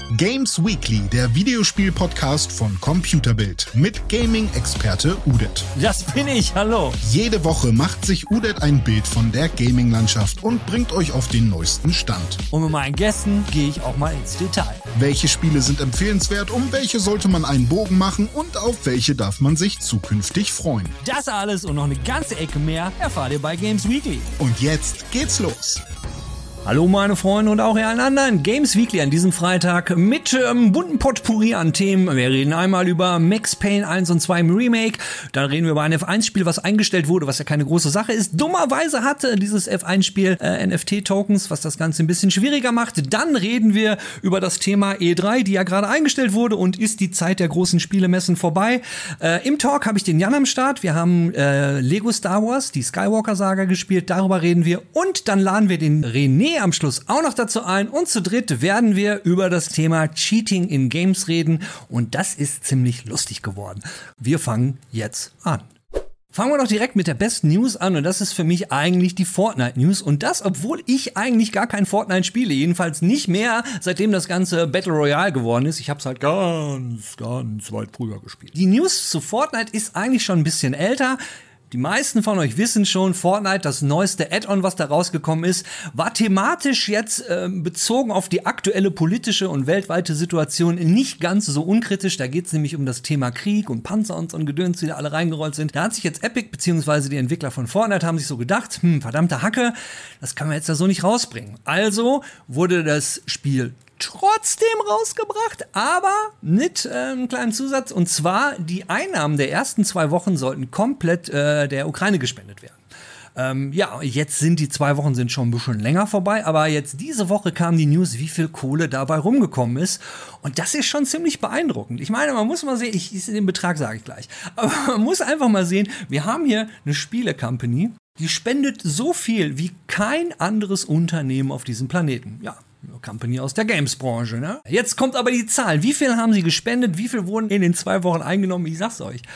Games Weekly, der Videospiel-Podcast von Computerbild mit Gaming-Experte Udet. Das bin ich, hallo. Jede Woche macht sich Udet ein Bild von der Gaming-Landschaft und bringt euch auf den neuesten Stand. Und mit meinen Gästen gehe ich auch mal ins Detail. Welche Spiele sind empfehlenswert, um welche sollte man einen Bogen machen und auf welche darf man sich zukünftig freuen? Das alles und noch eine ganze Ecke mehr erfahrt ihr bei Games Weekly. Und jetzt geht's los. Hallo meine Freunde und auch ihr allen anderen. Games Weekly an diesem Freitag mit bunten Potpourri an Themen. Wir reden einmal über Max Payne 1 und 2 im Remake. Dann reden wir über ein F1-Spiel, was eingestellt wurde, was ja keine große Sache ist. Dummerweise hatte dieses F1-Spiel NFT-Tokens, was das Ganze ein bisschen schwieriger macht. Dann reden wir über das Thema E3, die ja gerade eingestellt wurde und ist die Zeit der großen Spielemessen vorbei. Im Talk habe ich den Jan am Start. Wir haben Lego Star Wars, die Skywalker-Saga gespielt. Darüber reden wir. Und dann laden wir den René am Schluss auch noch dazu ein und zu dritt werden wir über das Thema Cheating in Games reden und das ist ziemlich lustig geworden. Wir fangen jetzt an. Fangen wir doch direkt mit der besten News an und das ist für mich eigentlich die Fortnite-News und das, obwohl ich eigentlich gar kein Fortnite spiele, jedenfalls nicht mehr, seitdem das ganze Battle Royale geworden ist. Ich habe es halt ganz weit früher gespielt. Die News zu Fortnite ist eigentlich schon ein bisschen älter. Die meisten von euch wissen schon, Fortnite, das neueste Add-on, was da rausgekommen ist, war thematisch jetzt bezogen auf die aktuelle politische und weltweite Situation nicht ganz so unkritisch. Da geht es nämlich um das Thema Krieg und Panzer und so ein Gedöns, die da alle reingerollt sind. Da hat sich jetzt Epic bzw. die Entwickler von Fortnite haben sich so gedacht, verdammte Hacke, das kann man jetzt ja so nicht rausbringen. Also wurde das Spiel trotzdem rausgebracht, aber mit einem kleinen Zusatz. Und zwar, die Einnahmen der ersten 2 Wochen sollten komplett der Ukraine gespendet werden. Jetzt sind die 2 Wochen sind schon ein bisschen länger vorbei, aber jetzt diese Woche kam die News, wie viel Kohle dabei rumgekommen ist. Und das ist schon ziemlich beeindruckend. Ich meine, man muss mal sehen, den Betrag sage ich gleich, aber man muss einfach mal sehen, wir haben hier eine Spiele-Company, die spendet so viel wie kein anderes Unternehmen auf diesem Planeten. Ja. Company aus der Games-Branche, ne? Jetzt kommt aber die Zahl. Wie viel haben sie gespendet? Wie viel wurden in den 2 Wochen eingenommen? Ich sag's euch.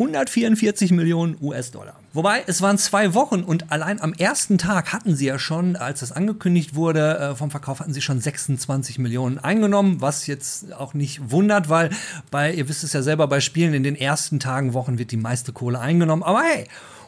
144 Millionen US-Dollar. Wobei, es waren 2 Wochen und allein am ersten Tag hatten sie ja schon, als das angekündigt wurde, vom Verkauf hatten sie schon 26 Millionen eingenommen, was jetzt auch nicht wundert, weil ihr wisst es ja selber, bei Spielen in den ersten Tagen, Wochen wird die meiste Kohle eingenommen. Aber hey,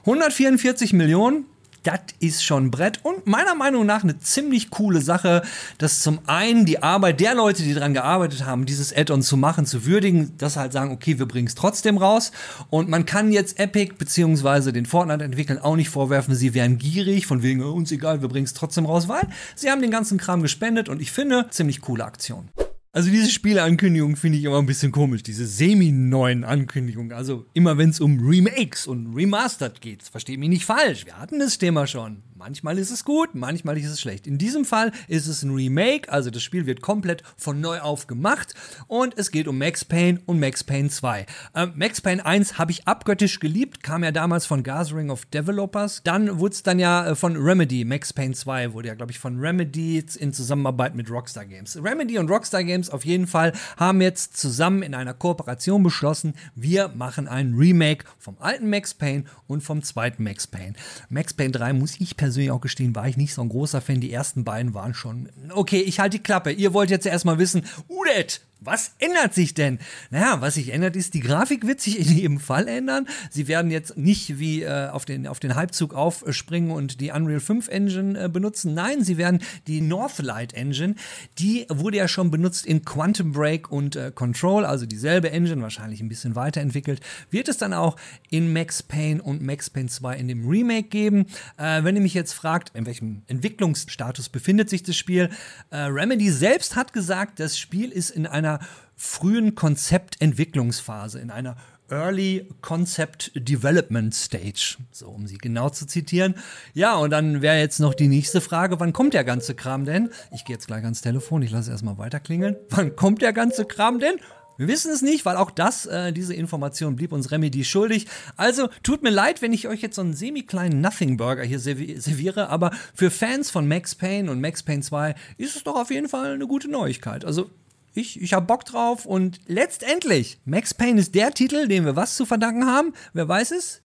144 Millionen, das ist schon ein Brett und meiner Meinung nach eine ziemlich coole Sache, dass zum einen die Arbeit der Leute, die daran gearbeitet haben, dieses Add-on zu machen, zu würdigen, dass halt sagen, okay, wir bringen es trotzdem raus und man kann jetzt Epic bzw. den Fortnite-Entwicklern auch nicht vorwerfen, sie wären gierig, von wegen, uns egal, wir bringen es trotzdem raus, weil sie haben den ganzen Kram gespendet und ich finde, ziemlich coole Aktion. Also diese Spieleankündigung finde ich immer ein bisschen komisch, diese semi-neuen Ankündigungen. Also immer wenn es um Remakes und Remastered geht, versteht mich nicht falsch, wir hatten das Thema schon. Manchmal ist es gut, manchmal ist es schlecht. In diesem Fall ist es ein Remake, also das Spiel wird komplett von neu auf gemacht und es geht um Max Payne und Max Payne 2. Max Payne 1 habe ich abgöttisch geliebt, kam ja damals von Gathering of Developers. Dann wurde es dann ja von Remedy, Max Payne 2 wurde ja, glaube ich, von Remedy in Zusammenarbeit mit Rockstar Games. Remedy und Rockstar Games auf jeden Fall haben jetzt zusammen in einer Kooperation beschlossen, wir machen ein Remake vom alten Max Payne und vom zweiten Max Payne. Max Payne 3 muss ich persönlich auch gestehen, war ich nicht so ein großer Fan. Die ersten beiden waren schon, okay, ich halte die Klappe. Ihr wollt jetzt erstmal wissen, Udet, was ändert sich denn? Naja, was sich ändert ist, die Grafik wird sich in jedem Fall ändern. Sie werden jetzt nicht wie auf den Hypezug aufspringen und die Unreal 5 Engine benutzen. Nein, sie werden die Northlight Engine, die wurde ja schon benutzt in Quantum Break und Control, also dieselbe Engine, wahrscheinlich ein bisschen weiterentwickelt, wird es dann auch in Max Payne und Max Payne 2 in dem Remake geben. Wenn ihr mich jetzt fragt, in welchem Entwicklungsstatus befindet sich das Spiel, Remedy selbst hat gesagt, das Spiel ist in einer frühen Konzeptentwicklungsphase, in einer Early Concept Development Stage, so um sie genau zu zitieren. Ja, und dann wäre jetzt noch die nächste Frage, wann kommt der ganze Kram denn? Ich gehe jetzt gleich ans Telefon, ich lasse erstmal weiter klingeln. Wann kommt der ganze Kram denn? Wir wissen es nicht, weil auch diese Information blieb uns Remedy schuldig. Also tut mir leid, wenn ich euch jetzt so einen semi-kleinen Nothing-Burger hier serviere, aber für Fans von Max Payne und Max Payne 2 ist es doch auf jeden Fall eine gute Neuigkeit. Also ich habe Bock drauf und letztendlich, Max Payne ist der Titel, dem wir was zu verdanken haben. Wer weiß es?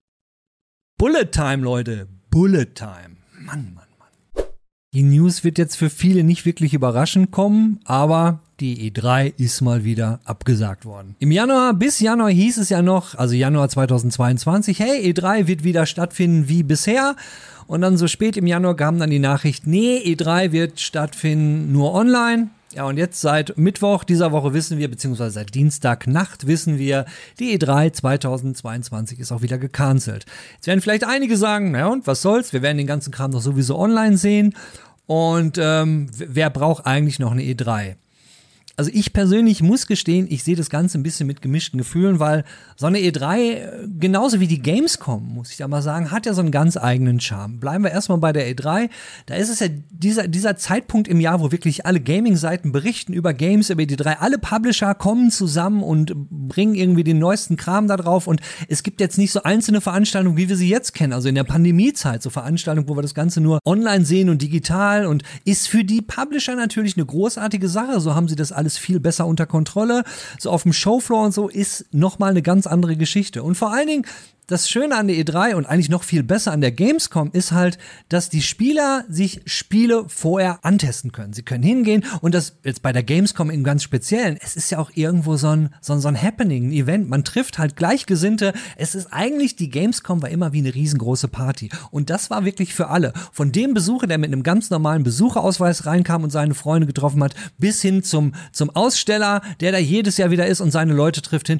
Bullet Time, Leute. Bullet Time. Mann. Die News wird jetzt für viele nicht wirklich überraschend kommen, aber die E3 ist mal wieder abgesagt worden. Bis Januar hieß es ja noch, also Januar 2022, hey, E3 wird wieder stattfinden wie bisher. Und dann so spät im Januar kam dann die Nachricht, nee, E3 wird stattfinden nur online. Ja, und jetzt seit Mittwoch dieser Woche wissen wir, beziehungsweise seit Dienstagnacht wissen wir, die E3 2022 ist auch wieder gecancelt. Jetzt werden vielleicht einige sagen, naja und, was soll's, wir werden den ganzen Kram doch sowieso online sehen. Und wer braucht eigentlich noch eine E3? Also ich persönlich muss gestehen, ich sehe das Ganze ein bisschen mit gemischten Gefühlen, weil so eine E3, genauso wie die Gamescom, muss ich da mal sagen, hat ja so einen ganz eigenen Charme. Bleiben wir erstmal bei der E3. Da ist es ja dieser Zeitpunkt im Jahr, wo wirklich alle Gaming-Seiten berichten über Games, über die E3. Alle Publisher kommen zusammen und bringen irgendwie den neuesten Kram da drauf. Und es gibt jetzt nicht so einzelne Veranstaltungen, wie wir sie jetzt kennen. Also in der Pandemiezeit, so Veranstaltungen, wo wir das Ganze nur online sehen und digital. Und ist für die Publisher natürlich eine großartige Sache. So haben sie das alles viel besser unter Kontrolle. So auf dem Showfloor und so ist nochmal eine ganz andere Geschichte. Und vor allen Dingen, das Schöne an der E3 und eigentlich noch viel besser an der Gamescom ist halt, dass die Spieler sich Spiele vorher antesten können. Sie können hingehen und das jetzt bei der Gamescom im ganz Speziellen, es ist ja auch irgendwo so ein Happening, ein Event. Man trifft halt Gleichgesinnte. Es ist eigentlich, die Gamescom war immer wie eine riesengroße Party. Und das war wirklich für alle. Von dem Besucher, der mit einem ganz normalen Besucherausweis reinkam und seine Freunde getroffen hat, bis hin zum Aussteller, der da jedes Jahr wieder ist und seine Leute trifft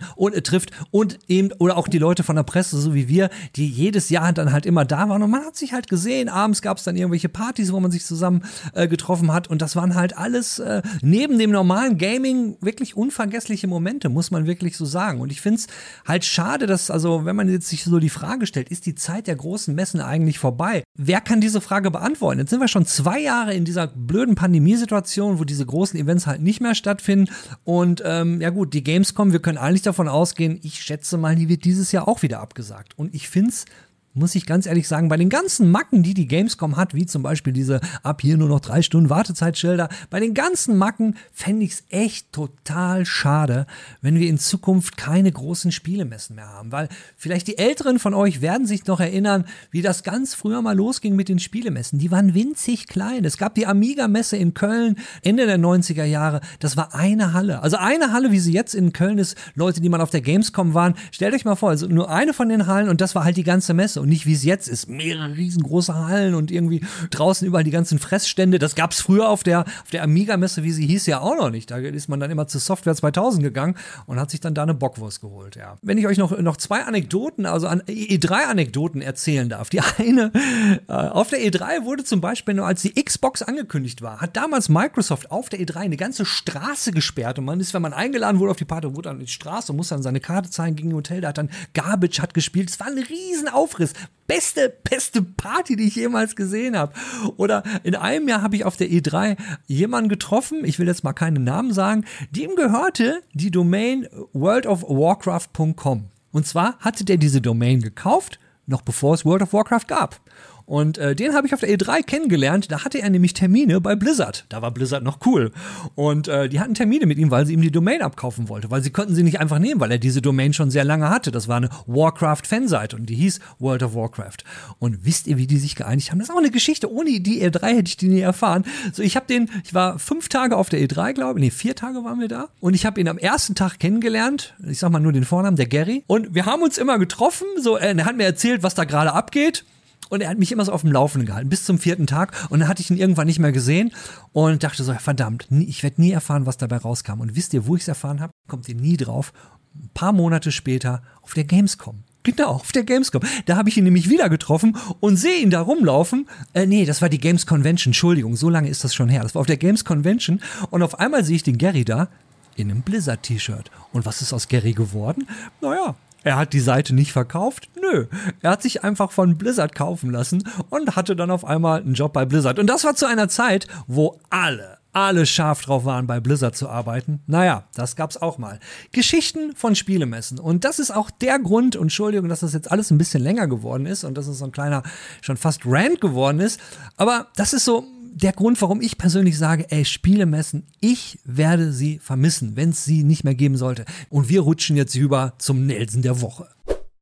und eben, oder auch die Leute von der Presse, so wie wir, die jedes Jahr dann halt immer da waren und man hat sich halt gesehen, abends gab es dann irgendwelche Partys, wo man sich zusammen getroffen hat und das waren halt alles neben dem normalen Gaming wirklich unvergessliche Momente, muss man wirklich so sagen. Und ich finde es halt schade, dass, also wenn man jetzt sich so die Frage stellt, ist die Zeit der großen Messen eigentlich vorbei? Wer kann diese Frage beantworten? Jetzt sind wir schon 2 Jahre in dieser blöden Pandemiesituation, wo diese großen Events halt nicht mehr stattfinden und ja gut, die Gamescom, wir können eigentlich davon ausgehen, ich schätze mal, die wird dieses Jahr auch wieder abgesagt. Und ich finde es, muss ich ganz ehrlich sagen, bei den ganzen Macken, die Gamescom hat, wie zum Beispiel diese ab hier nur noch 3 Stunden Wartezeitschilder, bei den ganzen Macken fände ich es echt total schade, wenn wir in Zukunft keine großen Spielemessen mehr haben, weil vielleicht die Älteren von euch werden sich noch erinnern, wie das ganz früher mal losging mit den Spielemessen. Die waren winzig klein. Es gab die Amiga-Messe in Köln Ende der 90er Jahre. Das war eine Halle. Also eine Halle, wie sie jetzt in Köln ist, Leute, die mal auf der Gamescom waren, stellt euch mal vor, also nur eine von den Hallen und das war halt die ganze Messe. Und nicht wie es jetzt ist, mehrere riesengroße Hallen und irgendwie draußen überall die ganzen Fressstände. Das gab es früher auf der Amiga-Messe, wie sie hieß, ja auch noch nicht. Da ist man dann immer zu Software 2000 gegangen und hat sich dann da eine Bockwurst geholt. Ja. Wenn ich euch noch 2 Anekdoten, also E3-Anekdoten erzählen darf. Die eine, auf der E3 wurde zum Beispiel, nur als die Xbox angekündigt war, hat damals Microsoft auf der E3 eine ganze Straße gesperrt und man ist, wenn man eingeladen wurde auf die Party, wurde dann in die Straße und musste dann seine Karte zeigen gegen ein Hotel, da hat dann Garbage hat gespielt. Es war ein riesen Aufriss. Beste Party, die ich jemals gesehen habe. Oder in einem Jahr habe ich auf der E3 jemanden getroffen, ich will jetzt mal keinen Namen sagen, dem gehörte die Domain worldofwarcraft.com. Und zwar hatte der diese Domain gekauft, noch bevor es World of Warcraft gab. Und den habe ich auf der E3 kennengelernt. Da hatte er nämlich Termine bei Blizzard. Da war Blizzard noch cool. Und die hatten Termine mit ihm, weil sie ihm die Domain abkaufen wollte. Weil sie konnten sie nicht einfach nehmen, weil er diese Domain schon sehr lange hatte. Das war eine Warcraft-Fanseite und die hieß World of Warcraft. Und wisst ihr, wie die sich geeinigt haben? Das ist auch eine Geschichte. Ohne die E3 hätte ich die nie erfahren. So, ich war 5 Tage auf der E3, glaube ich. 4 Tage waren wir da. Und ich habe ihn am ersten Tag kennengelernt. Ich sag mal nur den Vornamen, der Gary. Und wir haben uns immer getroffen. So, er hat mir erzählt, was da gerade abgeht. Und er hat mich immer so auf dem Laufenden gehalten, bis zum 4. Tag. Und dann hatte ich ihn irgendwann nicht mehr gesehen und dachte so, verdammt, ich werde nie erfahren, was dabei rauskam. Und wisst ihr, wo ich es erfahren habe? Kommt ihr nie drauf. Ein paar Monate später auf der Gamescom. Genau, auf der Gamescom. Da habe ich ihn nämlich wieder getroffen und sehe ihn da rumlaufen. Nee, das war die Games Convention. Entschuldigung, so lange ist das schon her. Das war auf der Games Convention. Und auf einmal sehe ich den Gary da in einem Blizzard-T-Shirt. Und was ist aus Gary geworden? Naja, er hat die Seite nicht verkauft? Nö. Er hat sich einfach von Blizzard kaufen lassen und hatte dann auf einmal einen Job bei Blizzard. Und das war zu einer Zeit, wo alle scharf drauf waren, bei Blizzard zu arbeiten. Naja, das gab's auch mal. Geschichten von Spielemessen. Und das ist auch der Grund, und Entschuldigung, dass das jetzt alles ein bisschen länger geworden ist und dass es so ein kleiner, schon fast Rant geworden ist. Aber das ist so der Grund, warum ich persönlich sage, Spielemessen, ich werde sie vermissen, wenn es sie nicht mehr geben sollte. Und wir rutschen jetzt über zum Nelson der Woche.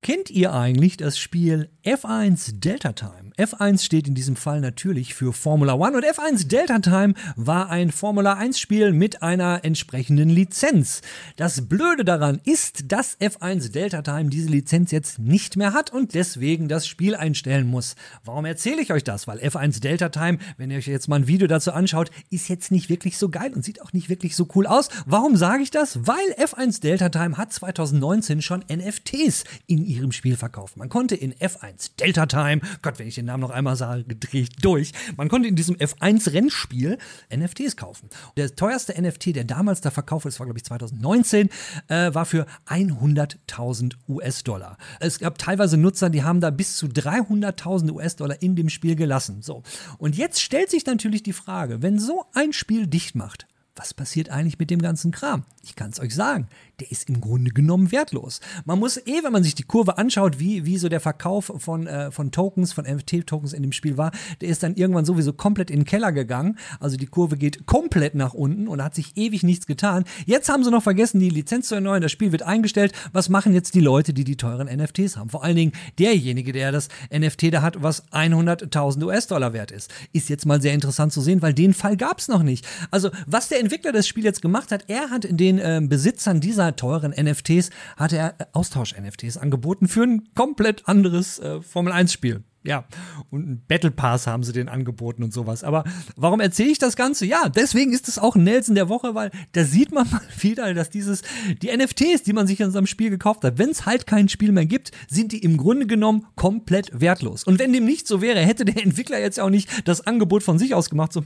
Kennt ihr eigentlich das Spiel F1 Delta Time? F1 steht in diesem Fall natürlich für Formula One und F1 Delta Time war ein Formula 1 Spiel mit einer entsprechenden Lizenz. Das Blöde daran ist, dass F1 Delta Time diese Lizenz jetzt nicht mehr hat und deswegen das Spiel einstellen muss. Warum erzähle ich euch das? Weil F1 Delta Time, wenn ihr euch jetzt mal ein Video dazu anschaut, ist jetzt nicht wirklich so geil und sieht auch nicht wirklich so cool aus. Warum sage ich das? Weil F1 Delta Time hat 2019 schon NFTs in ihrem Spiel verkauft. Man konnte in F1 Delta Time, Gott, wenn ich den Namen noch einmal sage, drehe ich durch, man konnte in diesem F1 Rennspiel NFTs kaufen. Der teuerste NFT, der damals da verkauft wurde, das war glaube ich 2019, war für 100.000 US-Dollar. Es gab teilweise Nutzer, die haben da bis zu 300.000 US-Dollar in dem Spiel gelassen. So. Und jetzt stellt sich natürlich die Frage, wenn so ein Spiel dicht macht, was passiert eigentlich mit dem ganzen Kram? Ich kann es euch sagen, der ist im Grunde genommen wertlos. Man muss wenn man sich die Kurve anschaut, wie so der Verkauf von Tokens, von NFT-Tokens in dem Spiel war, der ist dann irgendwann sowieso komplett in den Keller gegangen. Also die Kurve geht komplett nach unten und hat sich ewig nichts getan. Jetzt haben sie noch vergessen, die Lizenz zu erneuern, das Spiel wird eingestellt. Was machen jetzt die Leute, die teuren NFTs haben? Vor allen Dingen derjenige, der das NFT da hat, was 100.000 US-Dollar wert ist. Ist jetzt mal sehr interessant zu sehen, weil den Fall gab es noch nicht. Also was der Entwickler das Spiel jetzt gemacht hat, er hat den Besitzern dieser teuren NFTs, hat er Austausch-NFTs angeboten für ein komplett anderes Formel-1-Spiel. Ja, und einen Battle Pass haben sie den angeboten und sowas. Aber warum erzähle ich das Ganze? Ja, deswegen ist es auch ein Nelson der Woche, weil da sieht man mal wieder, dass die NFTs, die man sich in seinem Spiel gekauft hat, wenn es halt kein Spiel mehr gibt, sind die im Grunde genommen komplett wertlos. Und wenn dem nicht so wäre, hätte der Entwickler jetzt auch nicht das Angebot von sich aus gemacht, so,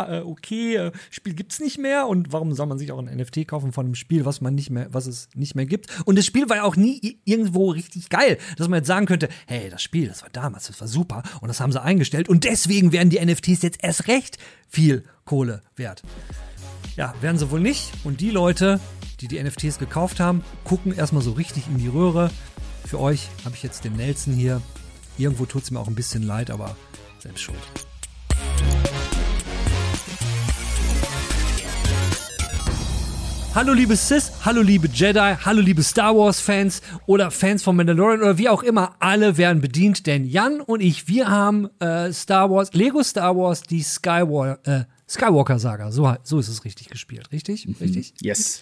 okay, Spiel gibt's nicht mehr und warum soll man sich auch ein NFT kaufen von einem Spiel, was es nicht mehr gibt? Und das Spiel war ja auch nie irgendwo richtig geil, dass man jetzt sagen könnte, hey, das Spiel, das war damals, das war super und das haben sie eingestellt und deswegen werden die NFTs jetzt erst recht viel Kohle wert. Ja, werden sie wohl nicht und die Leute, die NFTs gekauft haben, gucken erstmal so richtig in die Röhre. Für euch habe ich jetzt den Nelson hier. Irgendwo tut es mir auch ein bisschen leid, aber selbst schuld. Hallo liebe Sith, hallo liebe Jedi, hallo liebe Star Wars Fans oder Fans von Mandalorian oder wie auch immer, alle werden bedient, denn Jan und ich, wir haben Lego Star Wars, die Skywalker Saga, so ist es richtig gespielt, richtig? Richtig? Yes.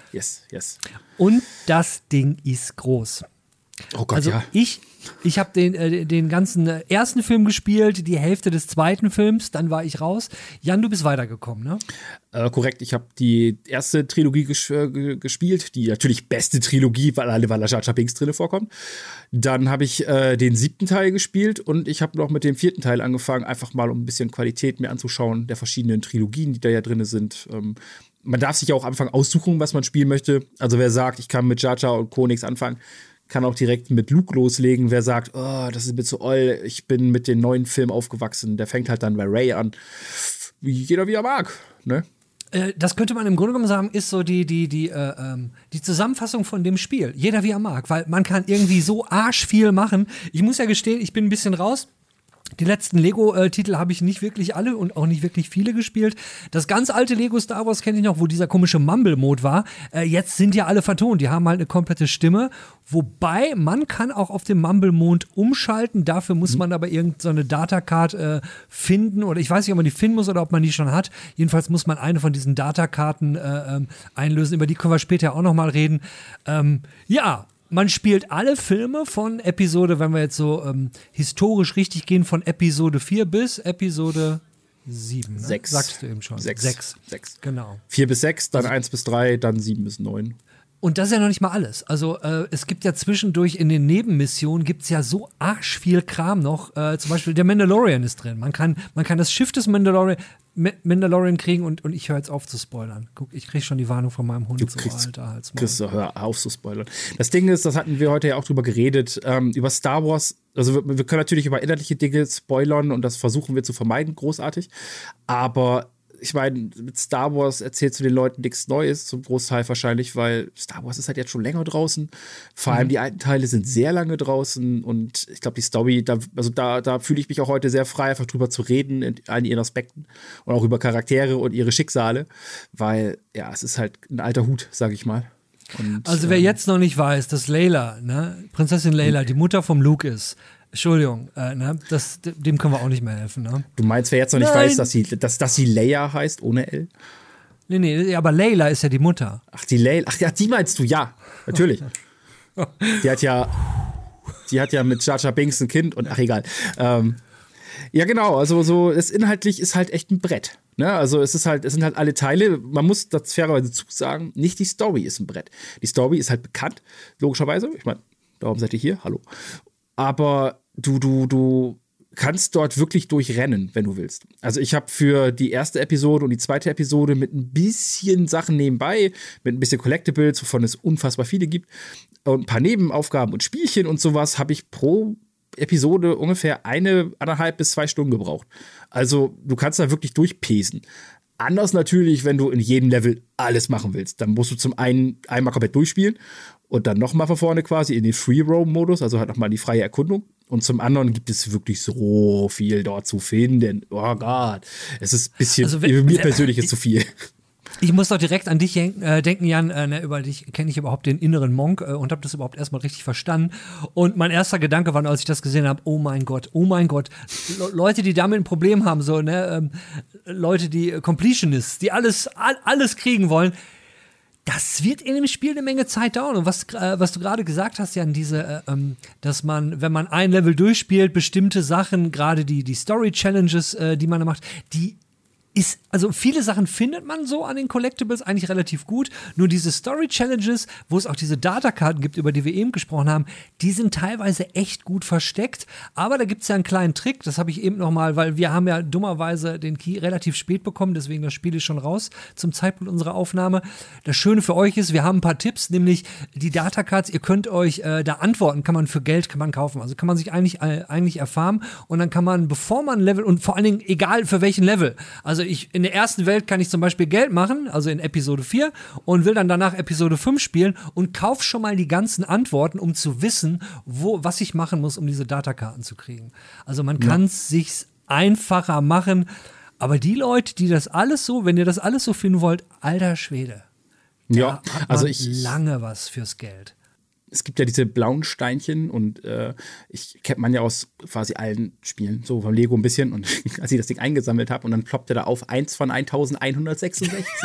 Und das Ding ist groß. Oh Gott, also ja. Ich habe den ganzen ersten Film gespielt, die Hälfte des zweiten Films, dann war ich raus. Jan, du bist weitergekommen, ne? Korrekt, ich habe die erste Trilogie gespielt, die natürlich beste Trilogie, weil da Jar Jar Binks drin vorkommt. Dann habe ich den 7. Teil gespielt und ich habe noch mit dem 4. Teil angefangen, einfach mal um ein bisschen Qualität mir anzuschauen, der verschiedenen Trilogien, die da ja drin sind. Man darf sich ja auch am Anfang aussuchen, was man spielen möchte. Also wer sagt, ich kann mit Jar Jar und Co. nichts anfangen, kann auch direkt mit Luke loslegen. Wer sagt, oh, das ist mir zu oll, ich bin mit den neuen Filmen aufgewachsen, der fängt halt dann bei Rey an. Wie jeder wie er mag, ne? Das könnte man im Grunde genommen sagen, ist so die Zusammenfassung von dem Spiel. Jeder wie er mag, weil man kann irgendwie so arschviel machen. Ich muss ja gestehen, ich bin ein bisschen raus. Die letzten Lego-Titel habe ich nicht wirklich alle und auch nicht wirklich viele gespielt. Das ganz alte Lego Star Wars kenne ich noch, wo dieser komische Mumble-Mode war. Jetzt sind ja alle vertont, die haben halt eine komplette Stimme. Wobei, man kann auch auf dem Mumble-Mode umschalten. Dafür muss man aber irgendeine Datacard finden. Oder ich weiß nicht, ob man die finden muss oder ob man die schon hat. Jedenfalls muss man eine von diesen Datakarten einlösen. Über die können wir später auch noch mal reden. Man spielt alle Filme von Episode, wenn wir jetzt so historisch richtig gehen, von Episode 4 bis Episode 7. Ne? 6. Sagst du eben schon. 6. Genau. 4 bis 6, dann 1 bis 3, dann 7 bis 9. Und das ist ja noch nicht mal alles. Also es gibt ja zwischendurch in den Nebenmissionen gibt's ja so arsch viel Kram noch. Zum Beispiel der Mandalorian ist drin. Man kann das Schiff des Mandalorian kriegen und ich höre jetzt auf zu spoilern. Guck, ich kriege schon die Warnung von meinem Hund. Hör auf zu spoilern. Das Ding ist, das hatten wir heute ja auch drüber geredet, über Star Wars. Also wir können natürlich über inhaltliche Dinge spoilern und das versuchen wir zu vermeiden, großartig. Aber ich meine, mit Star Wars erzählst du den Leuten nichts Neues, zum Großteil wahrscheinlich, weil Star Wars ist halt jetzt schon länger draußen. Vor allem die alten Teile sind sehr lange draußen und ich glaube, die Story, da fühle ich mich auch heute sehr frei, einfach drüber zu reden, in allen ihren Aspekten und auch über Charaktere und ihre Schicksale, weil, ja, es ist halt ein alter Hut, sage ich mal. Und, also wer jetzt noch nicht weiß, dass Layla, ne, Prinzessin Layla, die Mutter vom Luke ist, Entschuldigung, ne, dem können wir auch nicht mehr helfen. Ne? Du meinst, wer jetzt noch nicht weiß, dass sie Leia heißt, ohne L? Nee, aber Layla ist ja die Mutter. Ach, die Layla, die meinst du, ja, natürlich. Die hat ja mit Jar Jar Binks ein Kind und ach, egal. Ja, genau, also so, das inhaltlich ist halt echt ein Brett. Ne? Also es sind halt alle Teile, man muss das fairerweise zusagen, nicht die Story ist ein Brett. Die Story ist halt bekannt, logischerweise. Ich meine, darum seid ihr hier, hallo. Aber du kannst dort wirklich durchrennen, wenn du willst. Also ich habe für die erste Episode und die zweite Episode mit ein bisschen Sachen nebenbei, mit ein bisschen Collectibles, wovon es unfassbar viele gibt, und ein paar Nebenaufgaben und Spielchen und sowas, habe ich pro Episode ungefähr 1,5 bis 2 Stunden gebraucht. Also du kannst da wirklich durchpesen. Anders natürlich, wenn du in jedem Level alles machen willst. Dann musst du zum einen einmal komplett durchspielen und dann nochmal von vorne quasi in den Free-Roam-Modus, also halt nochmal in die freie Erkundung. Und zum anderen gibt es wirklich so viel dort zu finden. Oh Gott, es ist ein bisschen, also mir persönlich ist zu viel. Ich muss doch direkt an dich denken, Jan, über dich kenne ich überhaupt den inneren Monk und habe das überhaupt erstmal richtig verstanden. Und mein erster Gedanke war, als ich das gesehen habe, oh mein Gott, Leute, die damit ein Problem haben, so, ne, Leute, die Completionists, die alles kriegen wollen, das wird in dem Spiel eine Menge Zeit dauern. Und was du gerade gesagt hast, Jan, dass man, wenn man ein Level durchspielt, bestimmte Sachen, gerade die Story-Challenges, die man da macht, also viele Sachen findet man so an den Collectibles eigentlich relativ gut, nur diese Story-Challenges, wo es auch diese Datakarten gibt, über die wir eben gesprochen haben, die sind teilweise echt gut versteckt, aber da gibt es ja einen kleinen Trick, das habe ich eben nochmal, weil wir haben ja dummerweise den Key relativ spät bekommen, deswegen das Spiel ist schon raus zum Zeitpunkt unserer Aufnahme. Das Schöne für euch ist, wir haben ein paar Tipps, nämlich die Datacards, ihr könnt euch da Antworten, kann man für Geld kaufen, also kann man sich eigentlich erfarmen und dann kann man, bevor man Level, und vor allen Dingen egal für welchen Level, also in der ersten Welt kann ich zum Beispiel Geld machen, also in Episode 4 und will dann danach Episode 5 spielen und kauf schon mal die ganzen Antworten, um zu wissen, was ich machen muss, um diese Datakarten zu kriegen. Also man kann es sich einfacher machen, aber die Leute, die das alles so, wenn ihr das alles so finden wollt, alter Schwede, da hat man lange was fürs Geld. Es gibt ja diese blauen Steinchen und kennt man ja aus quasi allen Spielen, so von Lego ein bisschen. Und als ich das Ding eingesammelt habe und dann ploppte da auf 1 von 1166,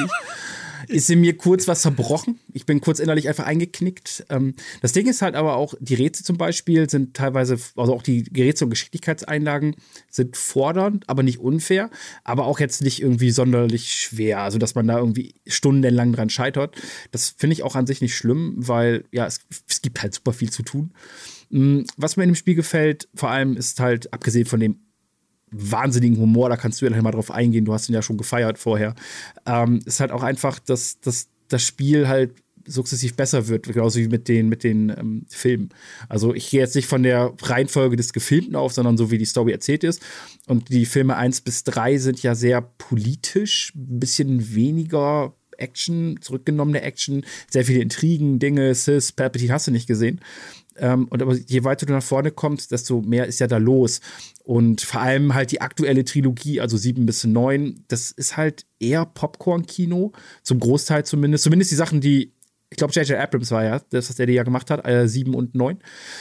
ist in mir kurz was zerbrochen. Ich bin kurz innerlich einfach eingeknickt. Das Ding ist halt aber auch, die Rätsel zum Beispiel sind teilweise, also auch die Rätsel- und Geschicklichkeitseinlagen sind fordernd, aber nicht unfair, aber auch jetzt nicht irgendwie sonderlich schwer, also dass man da irgendwie stundenlang dran scheitert. Das finde ich auch an sich nicht schlimm, weil ja, es gibt halt super viel zu tun. Was mir in dem Spiel gefällt, vor allem ist halt, abgesehen von dem wahnsinnigen Humor, da kannst du ja mal drauf eingehen, du hast ihn ja schon gefeiert vorher, ist halt auch einfach, dass das Spiel halt sukzessiv besser wird, genauso wie mit den Filmen. Also ich gehe jetzt nicht von der Reihenfolge des Gefilmten auf, sondern so wie die Story erzählt ist. Und die Filme 1 bis 3 sind ja sehr politisch, ein bisschen weniger Action, zurückgenommene Action, sehr viele Intrigen, Dinge, Sis, Palpatine hast du nicht gesehen. Und aber je weiter du nach vorne kommst, desto mehr ist ja da los. Und vor allem halt die aktuelle Trilogie, also 7 bis 9, das ist halt eher Popcorn-Kino, zum Großteil zumindest. Zumindest die Sachen, die, ich glaube, J.J. Abrams war ja, das, was der ja gemacht hat, 7 und 9.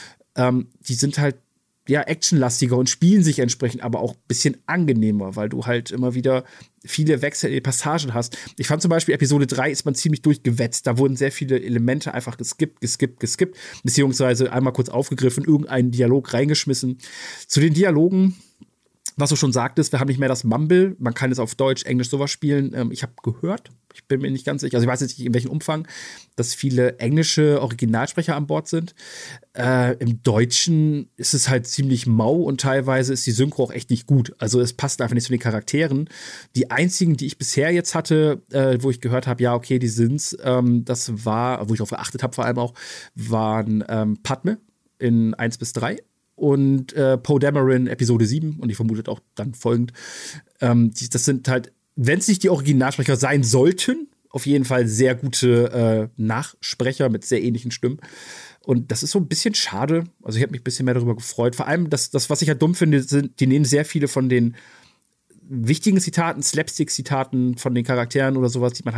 Die sind halt ja actionlastiger und spielen sich entsprechend aber auch ein bisschen angenehmer, weil du halt immer wieder viele Wechsel in den Passagen hast. Ich fand zum Beispiel, Episode 3 ist man ziemlich durchgewetzt. Da wurden sehr viele Elemente einfach geskippt, beziehungsweise einmal kurz aufgegriffen, irgendeinen Dialog reingeschmissen. Zu den Dialogen, was du schon sagtest, wir haben nicht mehr das Mumble. Man kann es auf Deutsch, Englisch, sowas spielen. Ich habe gehört, ich bin mir nicht ganz sicher, also ich weiß jetzt nicht, in welchem Umfang, dass viele englische Originalsprecher an Bord sind. Im Deutschen ist es halt ziemlich mau und teilweise ist die Synchro auch echt nicht gut. Also es passt einfach nicht zu den Charakteren. Die einzigen, die ich bisher jetzt hatte, wo ich gehört habe, ja, okay, die sind's, das war, wo ich darauf geachtet habe vor allem auch, waren Padme in 1 bis 3. Und Poe Dameron Episode 7 und ich vermute auch dann folgend. Das sind halt, wenn es nicht die Originalsprecher sein sollten, auf jeden Fall sehr gute Nachsprecher mit sehr ähnlichen Stimmen. Und das ist so ein bisschen schade. Also ich habe mich ein bisschen mehr darüber gefreut. Vor allem, das was ich halt dumm finde, die nehmen sehr viele von den wichtigen Zitaten, Slapstick-Zitaten von den Charakteren oder sowas, die man halt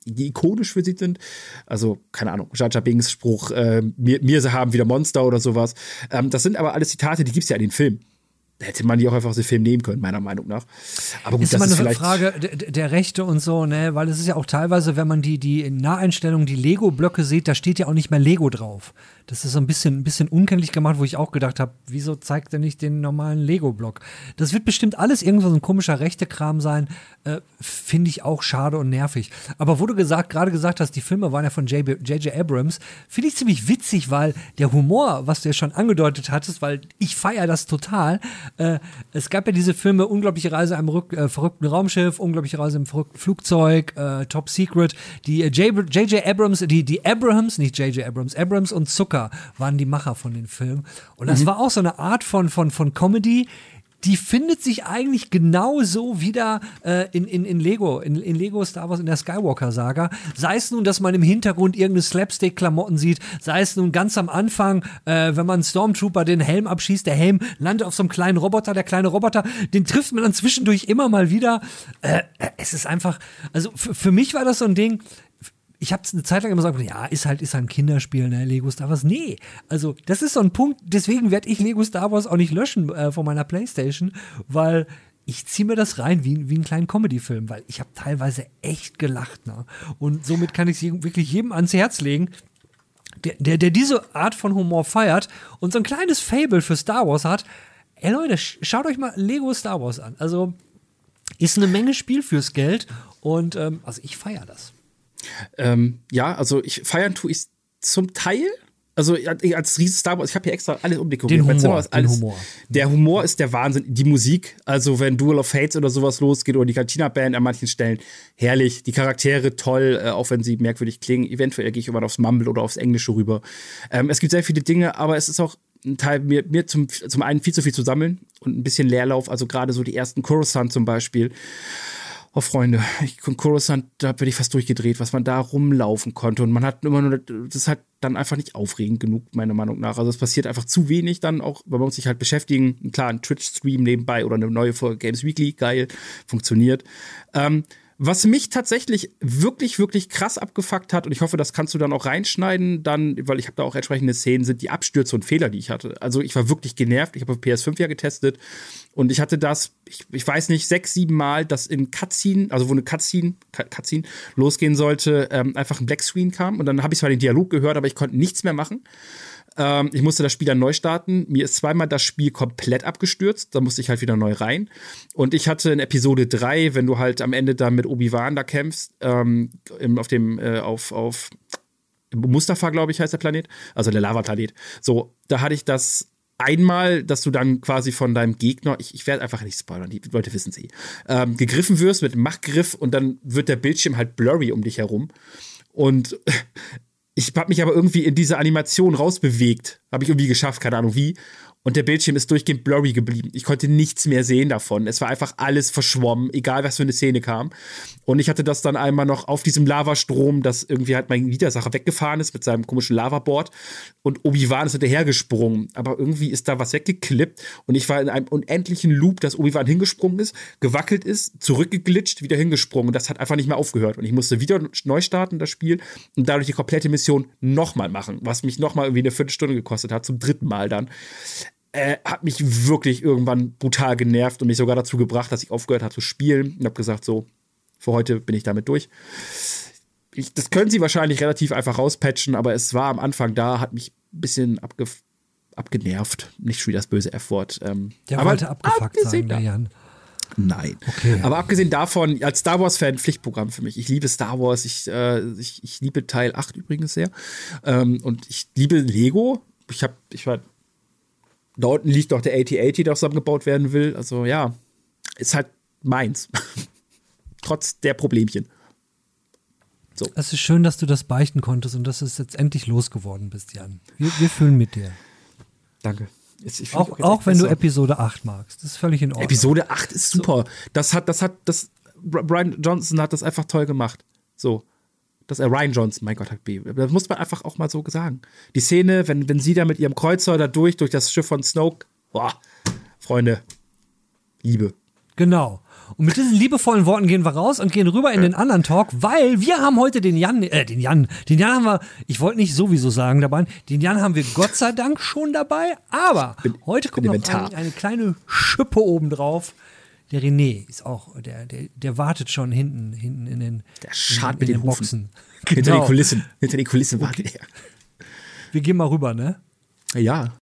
die ikonisch für sie sind. Also, keine Ahnung, Jar Jar Binks Spruch, wir haben wieder Monster oder sowas. Das sind aber alles Zitate, die gibt's ja in den Filmen. Da hätte man die auch einfach aus dem Film nehmen können, meiner Meinung nach. Aber gut, ist immer eine Frage der Rechte und so, ne? Weil es ist ja auch teilweise, wenn man die Naheinstellungen, die Lego-Blöcke sieht, da steht ja auch nicht mehr Lego drauf. Das ist so ein bisschen unkenntlich gemacht, wo ich auch gedacht habe, wieso zeigt er nicht den normalen Lego-Block? Das wird bestimmt alles irgendwo so ein komischer Rechte-Kram sein. Finde ich auch schade und nervig. Aber wo du gerade gesagt hast, die Filme waren ja von J.J. Abrams, finde ich ziemlich witzig, weil der Humor, was du ja schon angedeutet hattest, weil ich feiere das total. Es gab ja diese Filme Unglaubliche Reise im verrückten Raumschiff, Unglaubliche Reise im verrückten Flugzeug, Top Secret, die J.J. Abrams, die Abrams, nicht J.J. Abrams, Abrams und Zucker waren die Macher von den Filmen. Und das war auch so eine Art von Comedy, die findet sich eigentlich genauso wieder in Lego, in Lego Star Wars, in der Skywalker-Saga. Sei es nun, dass man im Hintergrund irgendeine Slapstick-Klamotten sieht, sei es nun ganz am Anfang, wenn man Stormtrooper den Helm abschießt, der Helm landet auf so einem kleinen Roboter, der kleine Roboter, den trifft man dann zwischendurch immer mal wieder. Es ist einfach, also für mich war das so ein Ding, ich habe eine Zeit lang immer gesagt, ja, ist halt ein Kinderspiel, ne, Lego Star Wars. Nee, also das ist so ein Punkt, deswegen werde ich Lego Star Wars auch nicht löschen von meiner Playstation, weil ich ziehe mir das rein wie einen kleinen Comedy-Film, weil ich habe teilweise echt gelacht, ne? Und somit kann ich es wirklich jedem ans Herz legen, der diese Art von Humor feiert und so ein kleines Fable für Star Wars hat. Ey Leute, schaut euch mal Lego Star Wars an. Also ist eine Menge Spiel fürs Geld und also ich feiere das. Ja, also feiern tue ich zum Teil. Also als riesen Star Wars, ich habe hier extra alles umdekoriert. Den Humor. Der Humor ist der Wahnsinn. Die Musik, also wenn Duel of Fates oder sowas losgeht oder die Cantina-Band an manchen Stellen, herrlich. Die Charaktere toll, auch wenn sie merkwürdig klingen. Eventuell gehe ich immer aufs Mumble oder aufs Englische rüber. Es gibt sehr viele Dinge, aber es ist auch ein Teil, mir zum einen viel zu viel zu sammeln und ein bisschen Leerlauf. Also gerade so die ersten Coruscant zum Beispiel. Oh, Freunde, Coruscant, da bin ich fast durchgedreht, was man da rumlaufen konnte. Und man hat immer nur, das ist halt dann einfach nicht aufregend genug, meiner Meinung nach. Also es passiert einfach zu wenig dann auch, weil man muss sich halt beschäftigen. Klar, ein Twitch-Stream nebenbei oder eine neue Folge Games Weekly, geil, funktioniert. Was mich tatsächlich wirklich, wirklich krass abgefuckt hat, und ich hoffe, das kannst du dann auch reinschneiden, dann, weil ich habe da auch entsprechende Szenen, sind die Abstürze und Fehler, die ich hatte. Also ich war wirklich genervt. Ich habe auf PS5 ja getestet und ich hatte das, ich weiß nicht, 6, 7 Mal, dass in Cutscene, also wo eine Cutscene losgehen sollte, einfach ein Blackscreen kam und dann habe ich zwar den Dialog gehört, aber ich konnte nichts mehr machen. Ich musste das Spiel dann neu starten. Mir ist zweimal das Spiel komplett abgestürzt. Da musste ich halt wieder neu rein. Und ich hatte in Episode 3, wenn du halt am Ende dann mit Obi-Wan da kämpfst, auf Mustafa, glaube ich, heißt der Planet. Also der Lava-Planet. So, da hatte ich das einmal, dass du dann quasi von deinem Gegner, ich werde einfach nicht spoilern, die Leute wissen sie, gegriffen wirst mit einem Machtgriff und dann wird der Bildschirm halt blurry um dich herum. Und ich habe mich aber irgendwie in diese Animation rausbewegt. Habe ich irgendwie geschafft, keine Ahnung wie. Und der Bildschirm ist durchgehend blurry geblieben. Ich konnte nichts mehr sehen davon. Es war einfach alles verschwommen, egal was für eine Szene kam. Und ich hatte das dann einmal noch auf diesem Lavastrom, dass irgendwie halt mein Widersacher weggefahren ist mit seinem komischen Lavaboard. Und Obi-Wan ist hinterhergesprungen. Aber irgendwie ist da was weggeklippt. Und ich war in einem unendlichen Loop, dass Obi-Wan hingesprungen ist, gewackelt ist, zurückgeglitscht, wieder hingesprungen. Und das hat einfach nicht mehr aufgehört. Und ich musste wieder neu starten, das Spiel. Und dadurch die komplette Mission nochmal machen. Was mich nochmal irgendwie eine Viertelstunde gekostet hat, zum 3. Mal dann. Hat mich wirklich irgendwann brutal genervt und mich sogar dazu gebracht, dass ich aufgehört habe zu spielen und habe gesagt, so, für heute bin ich damit durch. Das können sie wahrscheinlich relativ einfach rauspatchen, aber es war am Anfang da, hat mich ein bisschen abgenervt. Nicht schon wie das böse F-Wort. Der wollte abgefuckt sein, der Jan. Nein. Okay. Aber abgesehen davon, als Star Wars-Fan, Pflichtprogramm für mich. Ich liebe Star Wars, ich liebe Teil 8 übrigens sehr. Und ich liebe Lego. Da unten liegt doch der AT-AT, der zusammengebaut werden will. Also ja, ist halt meins. Trotz der Problemchen. So. Es ist schön, dass du das beichten konntest und dass du jetzt endlich losgeworden bist, Jan. Wir fühlen mit dir. Danke. Auch wenn du Episode 8 magst. Das ist völlig in Ordnung. Episode 8 ist super. Rian Johnson hat das einfach toll gemacht. So. Ryan Johnson, mein Gott, das muss man einfach auch mal so sagen. Die Szene, wenn sie da mit ihrem Kreuzer da durch das Schiff von Snoke, boah, Freunde, Liebe. Genau. Und mit diesen liebevollen Worten gehen wir raus und gehen rüber in den anderen Talk, weil wir haben heute den Jan haben wir, ich wollte nicht sowieso sagen dabei, den Jan haben wir Gott sei Dank schon dabei, aber heute kommt noch eine kleine Schippe obendrauf. Der René ist auch, der wartet schon hinten in den, der schart mit den Boxen. Genau. Hinter den Kulissen wartet er. Wir gehen mal rüber, ne? Ja.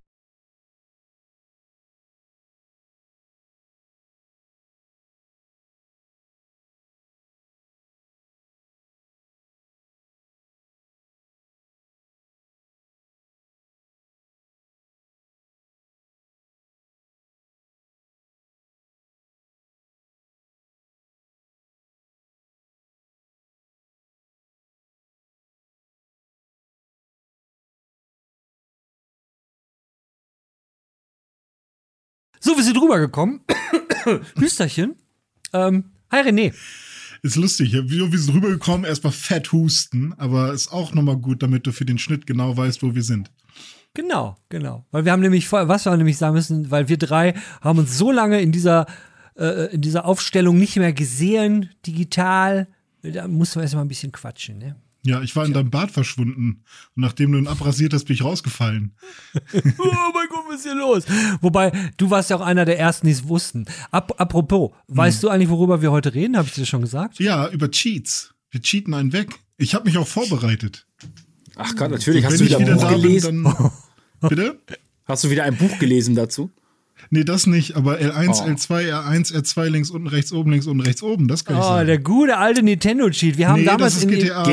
So, wir sind rübergekommen. Hüsterchen. Hi René. Ist lustig, wir sind rübergekommen, erstmal fett husten, aber ist auch nochmal gut, damit du für den Schnitt genau weißt, wo wir sind. Genau. Weil wir haben nämlich, was wir nämlich sagen müssen, weil wir drei haben uns so lange in dieser Aufstellung nicht mehr gesehen, digital, da mussten wir erstmal ein bisschen quatschen, ne? Ja, ich war in deinem Bad verschwunden. Und nachdem du ihn abrasiert hast, bin ich rausgefallen. Oh mein Gott, was ist hier los? Wobei, du warst ja auch einer der Ersten, die es wussten. Apropos, weißt du eigentlich, worüber wir heute reden? Habe ich dir das schon gesagt? Ja, über Cheats. Wir cheaten einen weg. Ich habe mich auch vorbereitet. Ach Gott, natürlich. Und Hast du wieder ein Buch gelesen? Bitte? Hast du wieder ein Buch gelesen dazu? Nee, das nicht, aber L1, L2, R1, R2, links unten, rechts oben, das kann ich sagen. Oh, der gute alte Nintendo-Cheat. Wir haben damals das ist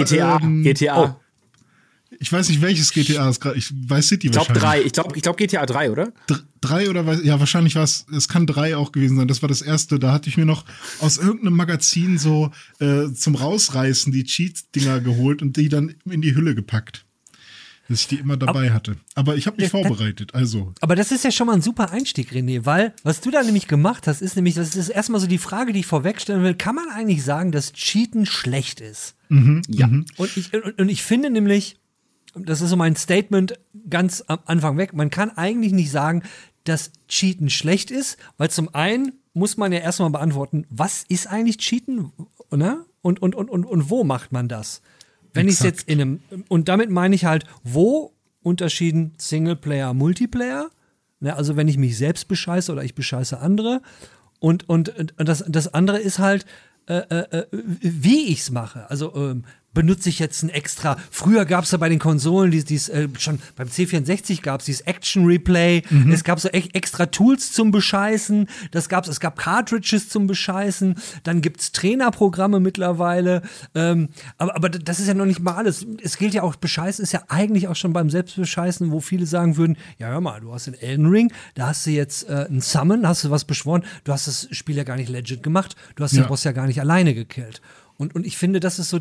GTA. Ich weiß nicht, welches GTA ist gerade. Ich weiß City wahrscheinlich. Ich glaube GTA 3, oder? 3 oder was? Ja, wahrscheinlich war es kann 3 auch gewesen sein. Das war das erste. Da hatte ich mir noch aus irgendeinem Magazin so zum Rausreißen die Cheat-Dinger geholt und die dann in die Hülle gepackt. Dass ich die immer dabei hatte. Aber ich habe mich vorbereitet, also. Aber das ist ja schon mal ein super Einstieg, René, weil was du da nämlich gemacht hast, ist nämlich, das ist erstmal so die Frage, die ich vorwegstellen will, kann man eigentlich sagen, dass Cheaten schlecht ist? Ja. Und ich finde nämlich, das ist so mein Statement ganz am Anfang weg, man kann eigentlich nicht sagen, dass Cheaten schlecht ist, weil zum einen muss man ja erstmal beantworten, was ist eigentlich Cheaten, ne? Und wo macht man das? Wenn ich es jetzt und damit meine ich halt, wo unterschieden Singleplayer, Multiplayer, ne, also wenn ich mich selbst bescheiße oder ich bescheiße andere und das andere ist halt, wie ich es mache. Also benutze ich jetzt ein extra, früher gab es ja bei den Konsolen, schon beim C64 gab es dieses Action Replay, es gab so extra Tools zum Bescheißen, es gab Cartridges zum Bescheißen, dann gibt's Trainerprogramme mittlerweile, aber das ist ja noch nicht mal alles. Es gilt ja auch, Bescheißen ist ja eigentlich auch schon beim Selbstbescheißen, wo viele sagen würden, ja hör mal, du hast den Elden Ring, da hast du jetzt einen Summon, hast du was beschworen, du hast das Spiel ja gar nicht legit gemacht, du hast den Boss ja gar nicht alleine gekillt. Und ich finde, das ist so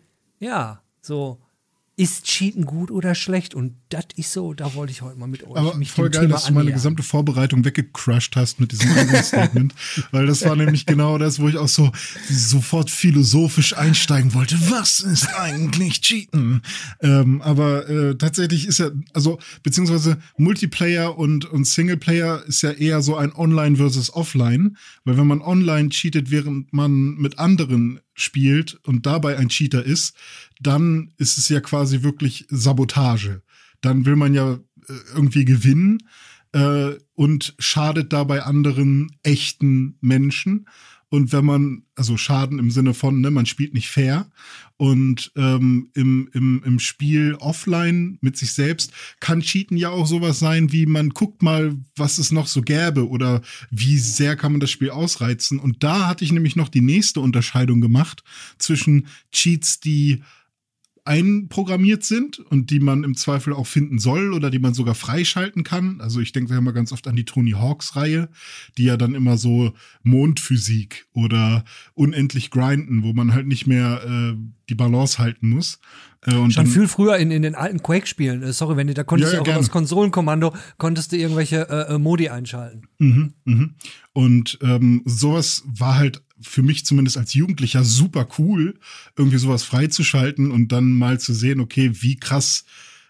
ist Cheaten gut oder schlecht? Und das ist so, da wollte ich heute mal mit euch aber mich voll dem geil, Thema dass du meine gesamte Vorbereitung weggecrushed hast mit diesem Statement, weil das war nämlich genau das, wo ich auch so sofort philosophisch einsteigen wollte. Was ist eigentlich Cheaten? Aber tatsächlich ist ja, also beziehungsweise Multiplayer und Singleplayer ist ja eher so ein Online versus Offline, weil wenn man online cheatet, während man mit anderen spielt und dabei ein Cheater ist, dann ist es ja quasi wirklich Sabotage. Dann will man ja irgendwie gewinnen und schadet dabei anderen echten Menschen. Und wenn man, also Schaden im Sinne von, ne, man spielt nicht fair und im Spiel offline mit sich selbst kann Cheaten ja auch sowas sein, wie man guckt mal, was es noch so gäbe oder wie sehr kann man das Spiel ausreizen. Und da hatte ich nämlich noch die nächste Unterscheidung gemacht zwischen Cheats, die einprogrammiert sind und die man im Zweifel auch finden soll oder die man sogar freischalten kann. Also ich denke da immer ganz oft an die Tony Hawks-Reihe, die ja dann immer so Mondphysik oder unendlich grinden, wo man halt nicht mehr die Balance halten muss. Und schon viel früher in den alten Quake-Spielen, sorry, wenn da konntest du auch über das Konsolenkommando, konntest du irgendwelche Modi einschalten. Und sowas war halt für mich zumindest als Jugendlicher super cool, irgendwie sowas freizuschalten und dann mal zu sehen, okay, wie krass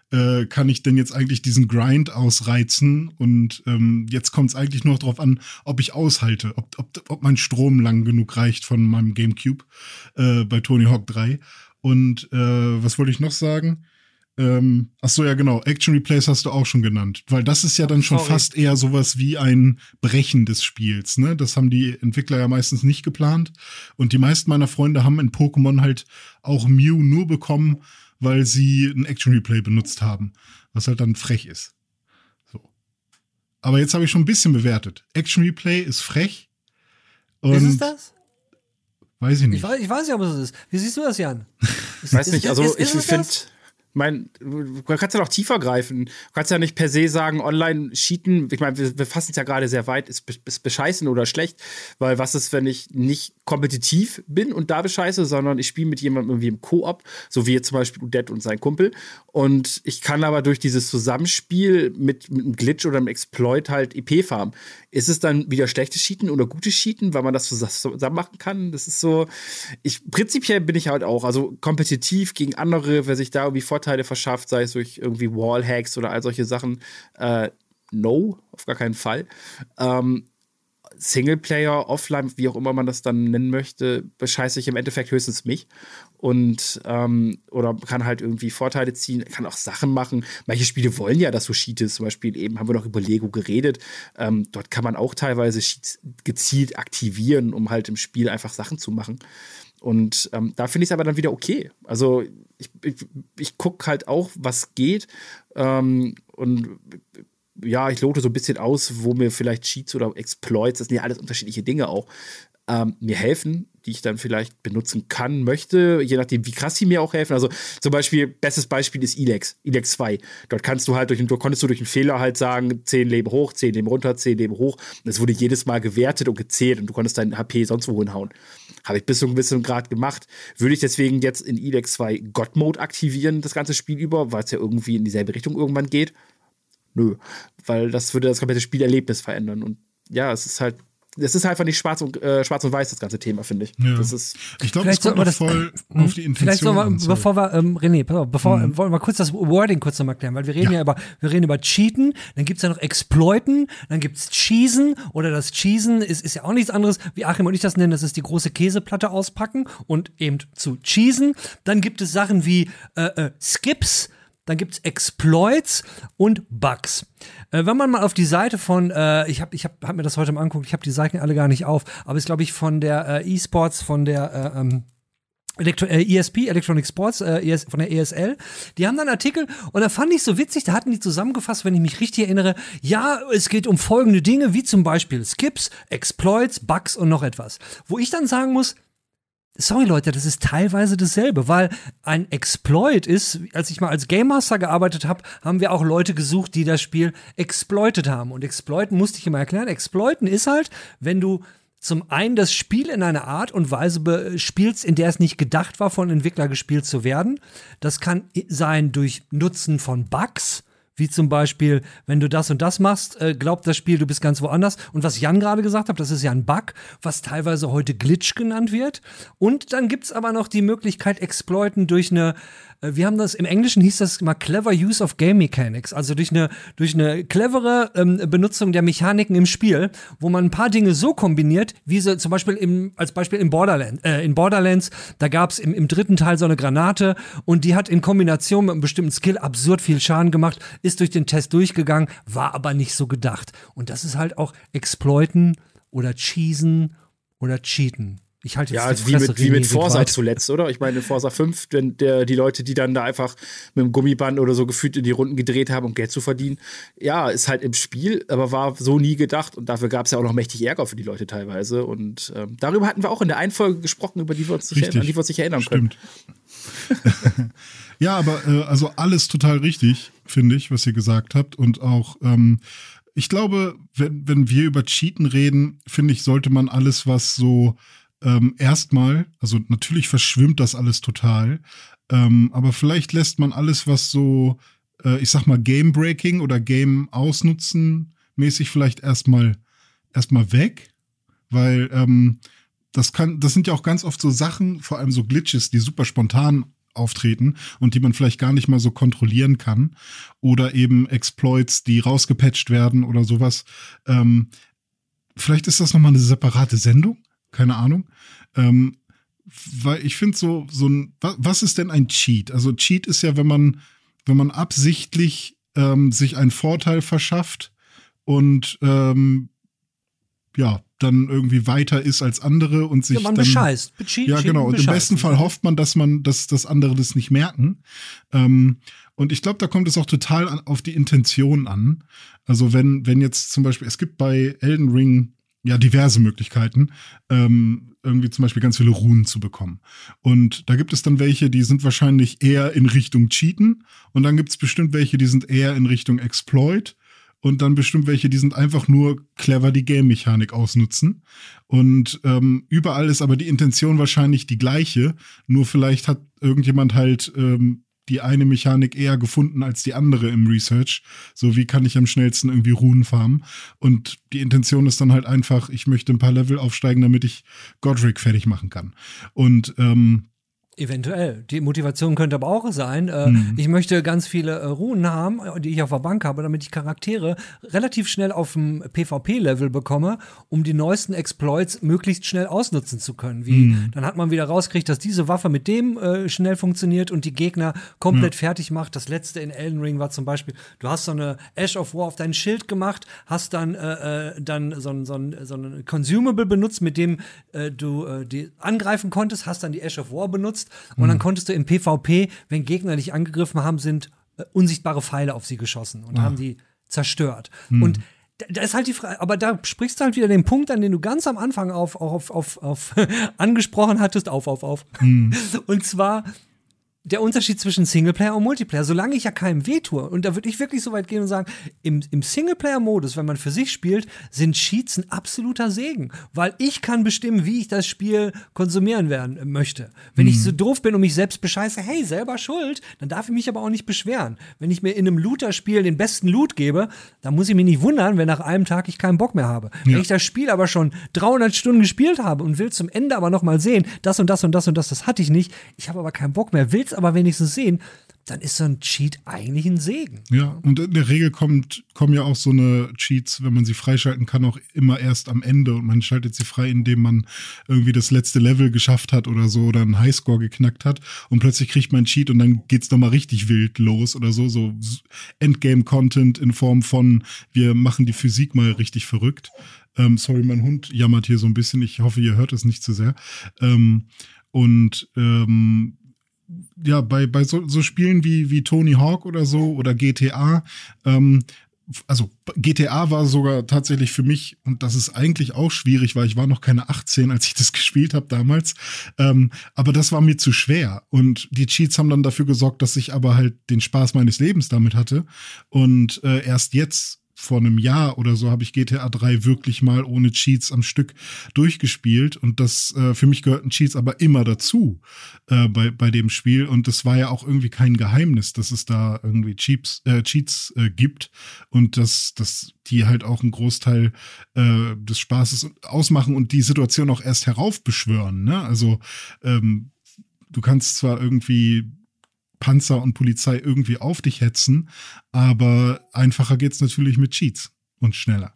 kann ich denn jetzt eigentlich diesen Grind ausreizen? Und jetzt kommt es eigentlich nur noch darauf an, ob ich aushalte, ob mein Strom lang genug reicht von meinem GameCube bei Tony Hawk 3. Und was wollte ich noch sagen? Ach so, ja genau, Action Replays hast du auch schon genannt, weil das ist ja dann schon fast eher sowas wie ein Brechen des Spiels, ne? Das haben die Entwickler ja meistens nicht geplant und die meisten meiner Freunde haben in Pokémon halt auch Mew nur bekommen, weil sie ein Action Replay benutzt haben, was halt dann frech ist. So. Aber jetzt habe ich schon ein bisschen bewertet. Action Replay ist frech. Und ist es das? Weiß ich nicht. Ich weiß nicht, ob es ist. Wie siehst du das, Jan? Ich weiß nicht, also ich finde, du kannst ja noch tiefer greifen. Du kannst ja nicht per se sagen, online cheaten. Ich meine, wir fassen es ja gerade sehr weit, ist bescheißen oder schlecht. Weil was ist, wenn ich nicht kompetitiv bin und da bescheiße, sondern ich spiele mit jemandem irgendwie im Koop, so wie jetzt zum Beispiel Udet und sein Kumpel. Und ich kann aber durch dieses Zusammenspiel mit einem Glitch oder einem Exploit halt EP farmen. Ist es dann wieder schlechtes Cheaten oder gutes Cheaten, weil man das zusammen machen kann? Das ist so, prinzipiell bin ich halt auch, also kompetitiv gegen andere, wer sich da irgendwie Vorteile verschafft, sei es durch irgendwie Wallhacks oder all solche Sachen. No, auf gar keinen Fall. Singleplayer, Offline, wie auch immer man das dann nennen möchte, bescheiße ich im Endeffekt höchstens mich. Und oder kann halt irgendwie Vorteile ziehen, kann auch Sachen machen. Manche Spiele wollen ja, dass du cheatest. Zum Beispiel eben haben wir noch über Lego geredet. Dort kann man auch teilweise Cheats gezielt aktivieren, um halt im Spiel einfach Sachen zu machen. Und da finde ich es aber dann wieder okay. Also ich gucke halt auch, was geht. Und ja, ich lote so ein bisschen aus, wo mir vielleicht Cheats oder Exploits, das sind ja alles unterschiedliche Dinge auch, mir helfen, die ich dann vielleicht benutzen kann, möchte, je nachdem, wie krass sie mir auch helfen. Also zum Beispiel, bestes Beispiel ist Elex 2. Dort konntest du durch einen Fehler halt sagen, 10 Leben hoch, 10 Leben runter, 10 Leben hoch. Und es wurde jedes Mal gewertet und gezählt und du konntest dein HP sonst wo hinhauen. Habe ich bis zu einem gewissen Grad gemacht. Würde ich deswegen jetzt in Elex 2 God-Mode aktivieren, das ganze Spiel über, weil es ja irgendwie in dieselbe Richtung irgendwann geht? Nö, weil das würde das komplette Spielerlebnis verändern. Und ja, es ist einfach nicht schwarz und weiß, das ganze Thema, finde ich. Ja. Ich glaube, es kommt noch voll auf die Intention. Vielleicht sollen wir, bevor wir, René, wollen wir mal kurz das Wording kurz nochmal klären, weil wir reden wir reden über Cheaten, dann gibt's ja noch Exploiten, dann gibt's Cheesen, oder das Cheesen ist ja auch nichts anderes, wie Achim und ich das nennen, das ist die große Käseplatte auspacken und eben zu cheesen. Dann gibt es Sachen wie Skips, dann gibt's Exploits und Bugs. Wenn man mal auf die Seite von, ich hab mir das heute mal angeguckt, ich habe die Seiten alle gar nicht auf, aber ist, glaube ich, von der eSports, von der ESP, Electronic Sports, von der ESL, die haben da einen Artikel und da fand ich so witzig, da hatten die zusammengefasst, wenn ich mich richtig erinnere, ja, es geht um folgende Dinge, wie zum Beispiel Skips, Exploits, Bugs und noch etwas. Wo ich dann sagen muss, sorry Leute, das ist teilweise dasselbe, weil ein Exploit ist, als ich mal als Game Master gearbeitet habe, haben wir auch Leute gesucht, die das Spiel exploitet haben. Und exploiten musste ich immer erklären. Exploiten ist halt, wenn du zum einen das Spiel in einer Art und Weise spielst, in der es nicht gedacht war, von Entwickler gespielt zu werden. Das kann sein durch Nutzen von Bugs, wie zum Beispiel, wenn du das und das machst, glaubt das Spiel, du bist ganz woanders. Und was Jan gerade gesagt hat, das ist ja ein Bug, was teilweise heute Glitch genannt wird. Und dann gibt's aber noch die Möglichkeit, Exploiten durch eine, wir haben das, im Englischen hieß das mal Clever Use of Game Mechanics, also durch eine clevere Benutzung der Mechaniken im Spiel, wo man ein paar Dinge so kombiniert, wie sie zum Beispiel als Beispiel in Borderlands, da gab's im dritten Teil so eine Granate und die hat in Kombination mit einem bestimmten Skill absurd viel Schaden gemacht, ist durch den Test durchgegangen, war aber nicht so gedacht. Und das ist halt auch Exploiten oder Cheesen oder Cheaten. Ich halte jetzt ja, also wie mit Forza zuletzt, oder? Ich meine, in Forza 5, die Leute, die dann da einfach mit dem Gummiband oder so gefühlt in die Runden gedreht haben, um Geld zu verdienen, ja, ist halt im Spiel, aber war so nie gedacht. Und dafür gab es ja auch noch mächtig Ärger für die Leute teilweise. Und darüber hatten wir auch in der einen Folge gesprochen, an die wir uns nicht erinnern können. Ja, aber also alles total richtig, finde ich, was ihr gesagt habt. Und auch, ich glaube, wenn wir über Cheaten reden, finde ich, sollte man alles, was so erstmal, also natürlich verschwimmt das alles total, aber vielleicht lässt man alles, was so, ich sag mal, Game-Breaking oder Game-Ausnutzen mäßig vielleicht erstmal weg, weil das sind ja auch ganz oft so Sachen, vor allem so Glitches, die super spontan auftreten und die man vielleicht gar nicht mal so kontrollieren kann. Oder eben Exploits, die rausgepatcht werden oder sowas. Vielleicht ist das nochmal eine separate Sendung. Keine Ahnung. Weil ich finde was ist denn ein Cheat? Also Cheat ist ja, wenn man absichtlich sich einen Vorteil verschafft und dann irgendwie weiter ist als andere und sich man dann bescheißt. Ja, genau. Und im besten Fall hofft man, dass andere das nicht merken. Und ich glaube, da kommt es auch total auf die Intention an. Also wenn jetzt zum Beispiel, es gibt bei Elden Ring ja diverse Möglichkeiten, irgendwie zum Beispiel ganz viele Runen zu bekommen. Und da gibt es dann welche, die sind wahrscheinlich eher in Richtung Cheaten. Und dann gibt es bestimmt welche, die sind eher in Richtung Exploit. Und dann bestimmt welche, die sind einfach nur clever die Game-Mechanik ausnutzen. Und überall ist aber die Intention wahrscheinlich die gleiche. Nur vielleicht hat irgendjemand halt die eine Mechanik eher gefunden als die andere im Research. So, wie kann ich am schnellsten irgendwie Runen farmen? Und die Intention ist dann halt einfach, ich möchte ein paar Level aufsteigen, damit ich Godric fertig machen kann. Und eventuell. Die Motivation könnte aber auch sein, ich möchte ganz viele Runen haben, die ich auf der Bank habe, damit ich Charaktere relativ schnell auf dem PvP-Level bekomme, um die neuesten Exploits möglichst schnell ausnutzen zu können. Dann hat man wieder rausgekriegt, dass diese Waffe mit dem schnell funktioniert und die Gegner komplett fertig macht. Das letzte in Elden Ring war zum Beispiel, du hast so eine Ash of War auf dein Schild gemacht, hast dann so ein Consumable benutzt, mit dem du die angreifen konntest, hast dann die Ash of War benutzt. Und dann konntest du im PvP, wenn Gegner dich angegriffen haben, sind unsichtbare Pfeile auf sie geschossen und haben die zerstört. Und da ist halt die Frage, aber da sprichst du halt wieder den Punkt an, den du ganz am Anfang auf angesprochen hattest, Und zwar der Unterschied zwischen Singleplayer und Multiplayer. Solange ich ja keinem wehtue, und da würde ich wirklich so weit gehen und sagen, im Singleplayer-Modus, wenn man für sich spielt, sind Cheats ein absoluter Segen. Weil ich kann bestimmen, wie ich das Spiel konsumieren werden möchte. Wenn ich so doof bin und mich selbst bescheiße, hey, selber schuld, dann darf ich mich aber auch nicht beschweren. Wenn ich mir in einem Looter-Spiel den besten Loot gebe, dann muss ich mich nicht wundern, wenn nach einem Tag ich keinen Bock mehr habe. Ja. Wenn ich das Spiel aber schon 300 Stunden gespielt habe und will zum Ende aber noch mal sehen, das und das und das und das hatte ich nicht, ich habe aber keinen Bock mehr, will's aber wenigstens sehen, dann ist so ein Cheat eigentlich ein Segen. Ja, und in der Regel kommen ja auch so eine Cheats, wenn man sie freischalten kann, auch immer erst am Ende und man schaltet sie frei, indem man irgendwie das letzte Level geschafft hat oder so oder einen Highscore geknackt hat und plötzlich kriegt man einen Cheat und dann geht's nochmal richtig wild los oder so Endgame-Content in Form von, wir machen die Physik mal richtig verrückt. Sorry, mein Hund jammert hier so ein bisschen, ich hoffe, ihr hört es nicht zu sehr. Ja, bei so Spielen wie Tony Hawk oder so oder GTA, also GTA war sogar tatsächlich für mich, und das ist eigentlich auch schwierig, weil ich war noch keine 18, als ich das gespielt habe damals, aber das war mir zu schwer und die Cheats haben dann dafür gesorgt, dass ich aber halt den Spaß meines Lebens damit hatte und erst jetzt vor einem Jahr oder so habe ich GTA 3 wirklich mal ohne Cheats am Stück durchgespielt und das für mich gehörten Cheats aber immer dazu bei dem Spiel und das war ja auch irgendwie kein Geheimnis, dass es da irgendwie Cheats gibt und dass die halt auch einen Großteil des Spaßes ausmachen und die Situation auch erst heraufbeschwören, ne? Also du kannst zwar irgendwie Panzer und Polizei irgendwie auf dich hetzen, aber einfacher geht's natürlich mit Cheats und schneller.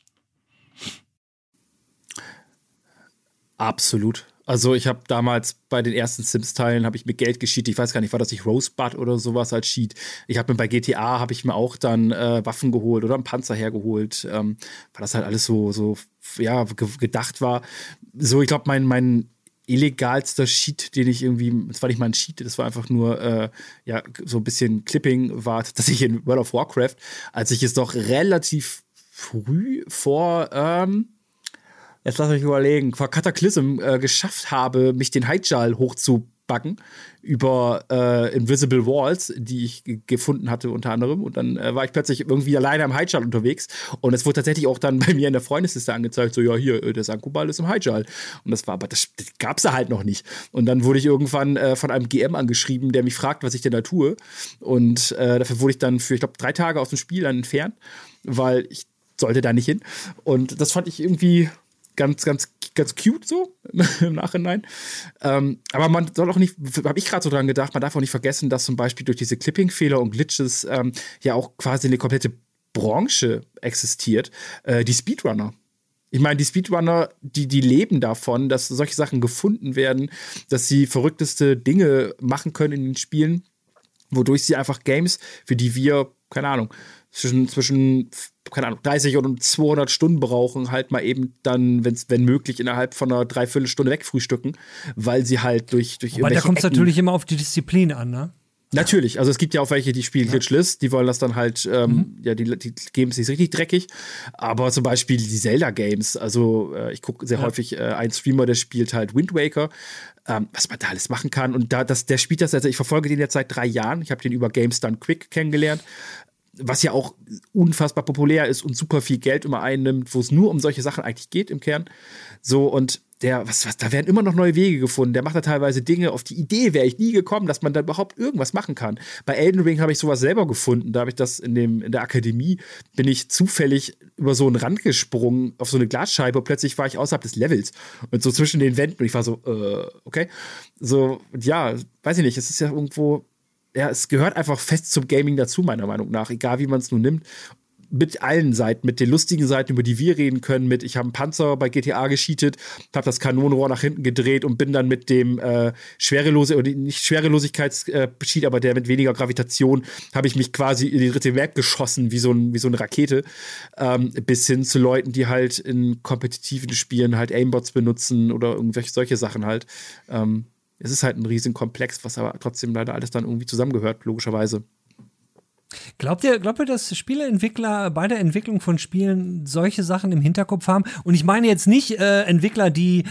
Absolut. Also ich habe damals bei den ersten Sims-Teilen habe ich mir Geld gecheatet. Ich weiß gar nicht, war das nicht Rosebud oder sowas als Cheat? Ich habe mir bei GTA habe ich mir auch dann Waffen geholt oder einen Panzer hergeholt, weil das halt alles so gedacht war. So, ich glaube, mein illegalster Cheat, den ich irgendwie, das war nicht mal ein Cheat, das war einfach nur so ein bisschen Clipping, war tatsächlich in World of Warcraft, als ich es doch relativ früh vor jetzt lass mich überlegen, vor Cataclysm geschafft habe, mich den Hyjal hochzubacken über Invisible Walls, die ich gefunden hatte unter anderem. Und dann war ich plötzlich irgendwie alleine am Hyjal unterwegs. Und es wurde tatsächlich auch dann bei mir in der Freundesliste angezeigt, so ja, hier, der Sankubal ist im Hyjal. Und das gab's da halt noch nicht. Und dann wurde ich irgendwann von einem GM angeschrieben, der mich fragt, was ich denn da tue. Und dafür wurde ich dann für, ich glaube, 3 Tage aus dem Spiel dann entfernt, weil ich sollte da nicht hin. Und das fand ich irgendwie ganz cute so im Nachhinein. Aber man soll auch nicht, habe ich gerade so dran gedacht, man darf auch nicht vergessen, dass zum Beispiel durch diese Clipping-Fehler und Glitches ja auch quasi eine komplette Branche existiert, die Speedrunner. Ich meine, die Speedrunner, die leben davon, dass solche Sachen gefunden werden, dass sie verrückteste Dinge machen können in den Spielen, wodurch sie einfach Games, für die wir, keine Ahnung, zwischen 30 und 200 Stunden brauchen, halt mal eben dann, wenn möglich, innerhalb von einer Dreiviertelstunde wegfrühstücken, weil sie halt durch irgendwelche Aber da kommt es Ecken natürlich immer auf die Disziplin an, ne? Natürlich, also es gibt ja auch welche, die spielen Glitchless, die wollen das dann halt, ja, die Games nicht richtig dreckig, aber zum Beispiel die Zelda-Games, also ich gucke sehr häufig einen Streamer, der spielt halt Wind Waker, was man da alles machen kann und der spielt das, also ich verfolge den jetzt seit 3 Jahren, ich habe den über Games Done Quick kennengelernt, was ja auch unfassbar populär ist und super viel Geld immer einnimmt, wo es nur um solche Sachen eigentlich geht im Kern, so und da werden immer noch neue Wege gefunden. Der macht da teilweise Dinge, auf die Idee wäre ich nie gekommen, dass man da überhaupt irgendwas machen kann. Bei Elden Ring habe ich sowas selber gefunden. Da habe ich das in der Akademie, bin ich zufällig über so einen Rand gesprungen, auf so eine Glasscheibe und plötzlich war ich außerhalb des Levels und so zwischen den Wänden und ich war so, okay. So, ja, weiß ich nicht, es ist ja irgendwo, ja, es gehört einfach fest zum Gaming dazu, meiner Meinung nach, egal wie man es nun nimmt. Mit allen Seiten, mit den lustigen Seiten, über die wir reden können, ich habe einen Panzer bei GTA gescheatet, habe das Kanonenrohr nach hinten gedreht und bin dann mit dem nicht Schwerelosigkeits-Cheat, aber der mit weniger Gravitation, habe ich mich quasi in die dritte Map geschossen, wie so eine Rakete, bis hin zu Leuten, die halt in kompetitiven Spielen halt Aimbots benutzen oder irgendwelche solche Sachen halt. Es ist halt ein riesen Komplex, was aber trotzdem leider alles dann irgendwie zusammengehört, logischerweise. Glaubt ihr, dass Spieleentwickler bei der Entwicklung von Spielen solche Sachen im Hinterkopf haben? Und ich meine jetzt nicht Entwickler, die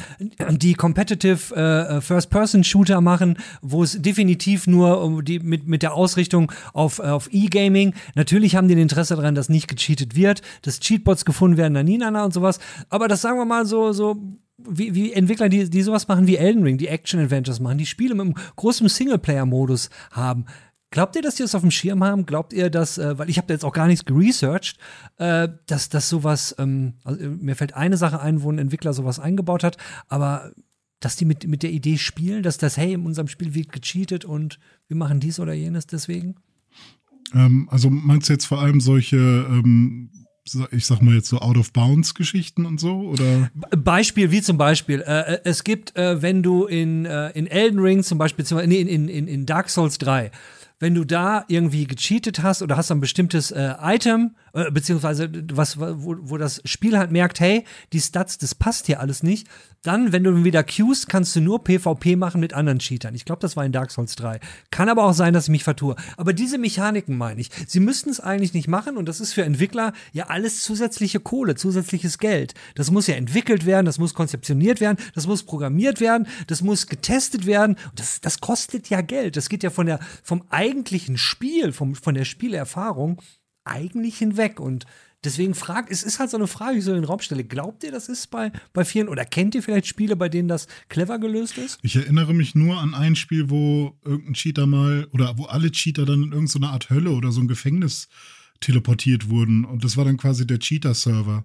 Competitive First-Person-Shooter machen, wo es definitiv nur mit der Ausrichtung auf E-Gaming. Natürlich haben die ein Interesse daran, dass nicht gecheatet wird, dass Cheatbots gefunden werden, Nanina und sowas. Aber das sagen wir mal so wie Entwickler, die sowas machen wie Elden Ring, die Action-Adventures machen, die Spiele mit einem großen Singleplayer-Modus haben. Glaubt ihr, dass die das auf dem Schirm haben? Glaubt ihr, dass, weil ich habe da jetzt auch gar nichts geresearched, dass sowas, also mir fällt eine Sache ein, wo ein Entwickler sowas eingebaut hat, aber dass die mit der Idee spielen, dass hey, in unserem Spiel wird gecheatet und wir machen dies oder jenes deswegen? Also meinst du jetzt vor allem solche ich sag mal jetzt so Out-of-Bounds-Geschichten und so, oder? Beispiel, wie zum Beispiel, es gibt, wenn du in Elden Ring zum Beispiel, in Dark Souls 3, wenn du da irgendwie gecheatet hast oder hast ein bestimmtes Item, beziehungsweise wo das Spiel halt merkt, hey, die Stats, das passt hier alles nicht, dann, wenn du wieder queuest, kannst du nur PvP machen mit anderen Cheatern. Ich glaube, das war in Dark Souls 3. Kann aber auch sein, dass ich mich vertue. Aber diese Mechaniken meine ich. Sie müssten es eigentlich nicht machen und das ist für Entwickler ja alles zusätzliche Kohle, zusätzliches Geld. Das muss ja entwickelt werden, das muss konzeptioniert werden, das muss programmiert werden, das muss getestet werden. Das kostet ja Geld. Das geht ja vom eigentlichen Spiel, von der Spielerfahrung eigentlich hinweg und deswegen es ist halt so eine Frage, die ich so in den Raum stelle. Glaubt ihr, das ist bei vielen oder kennt ihr vielleicht Spiele, bei denen das clever gelöst ist? Ich erinnere mich nur an ein Spiel, wo irgendein Cheater wo alle Cheater dann in irgendeine Art Hölle oder so ein Gefängnis teleportiert wurden und das war dann quasi der Cheater-Server.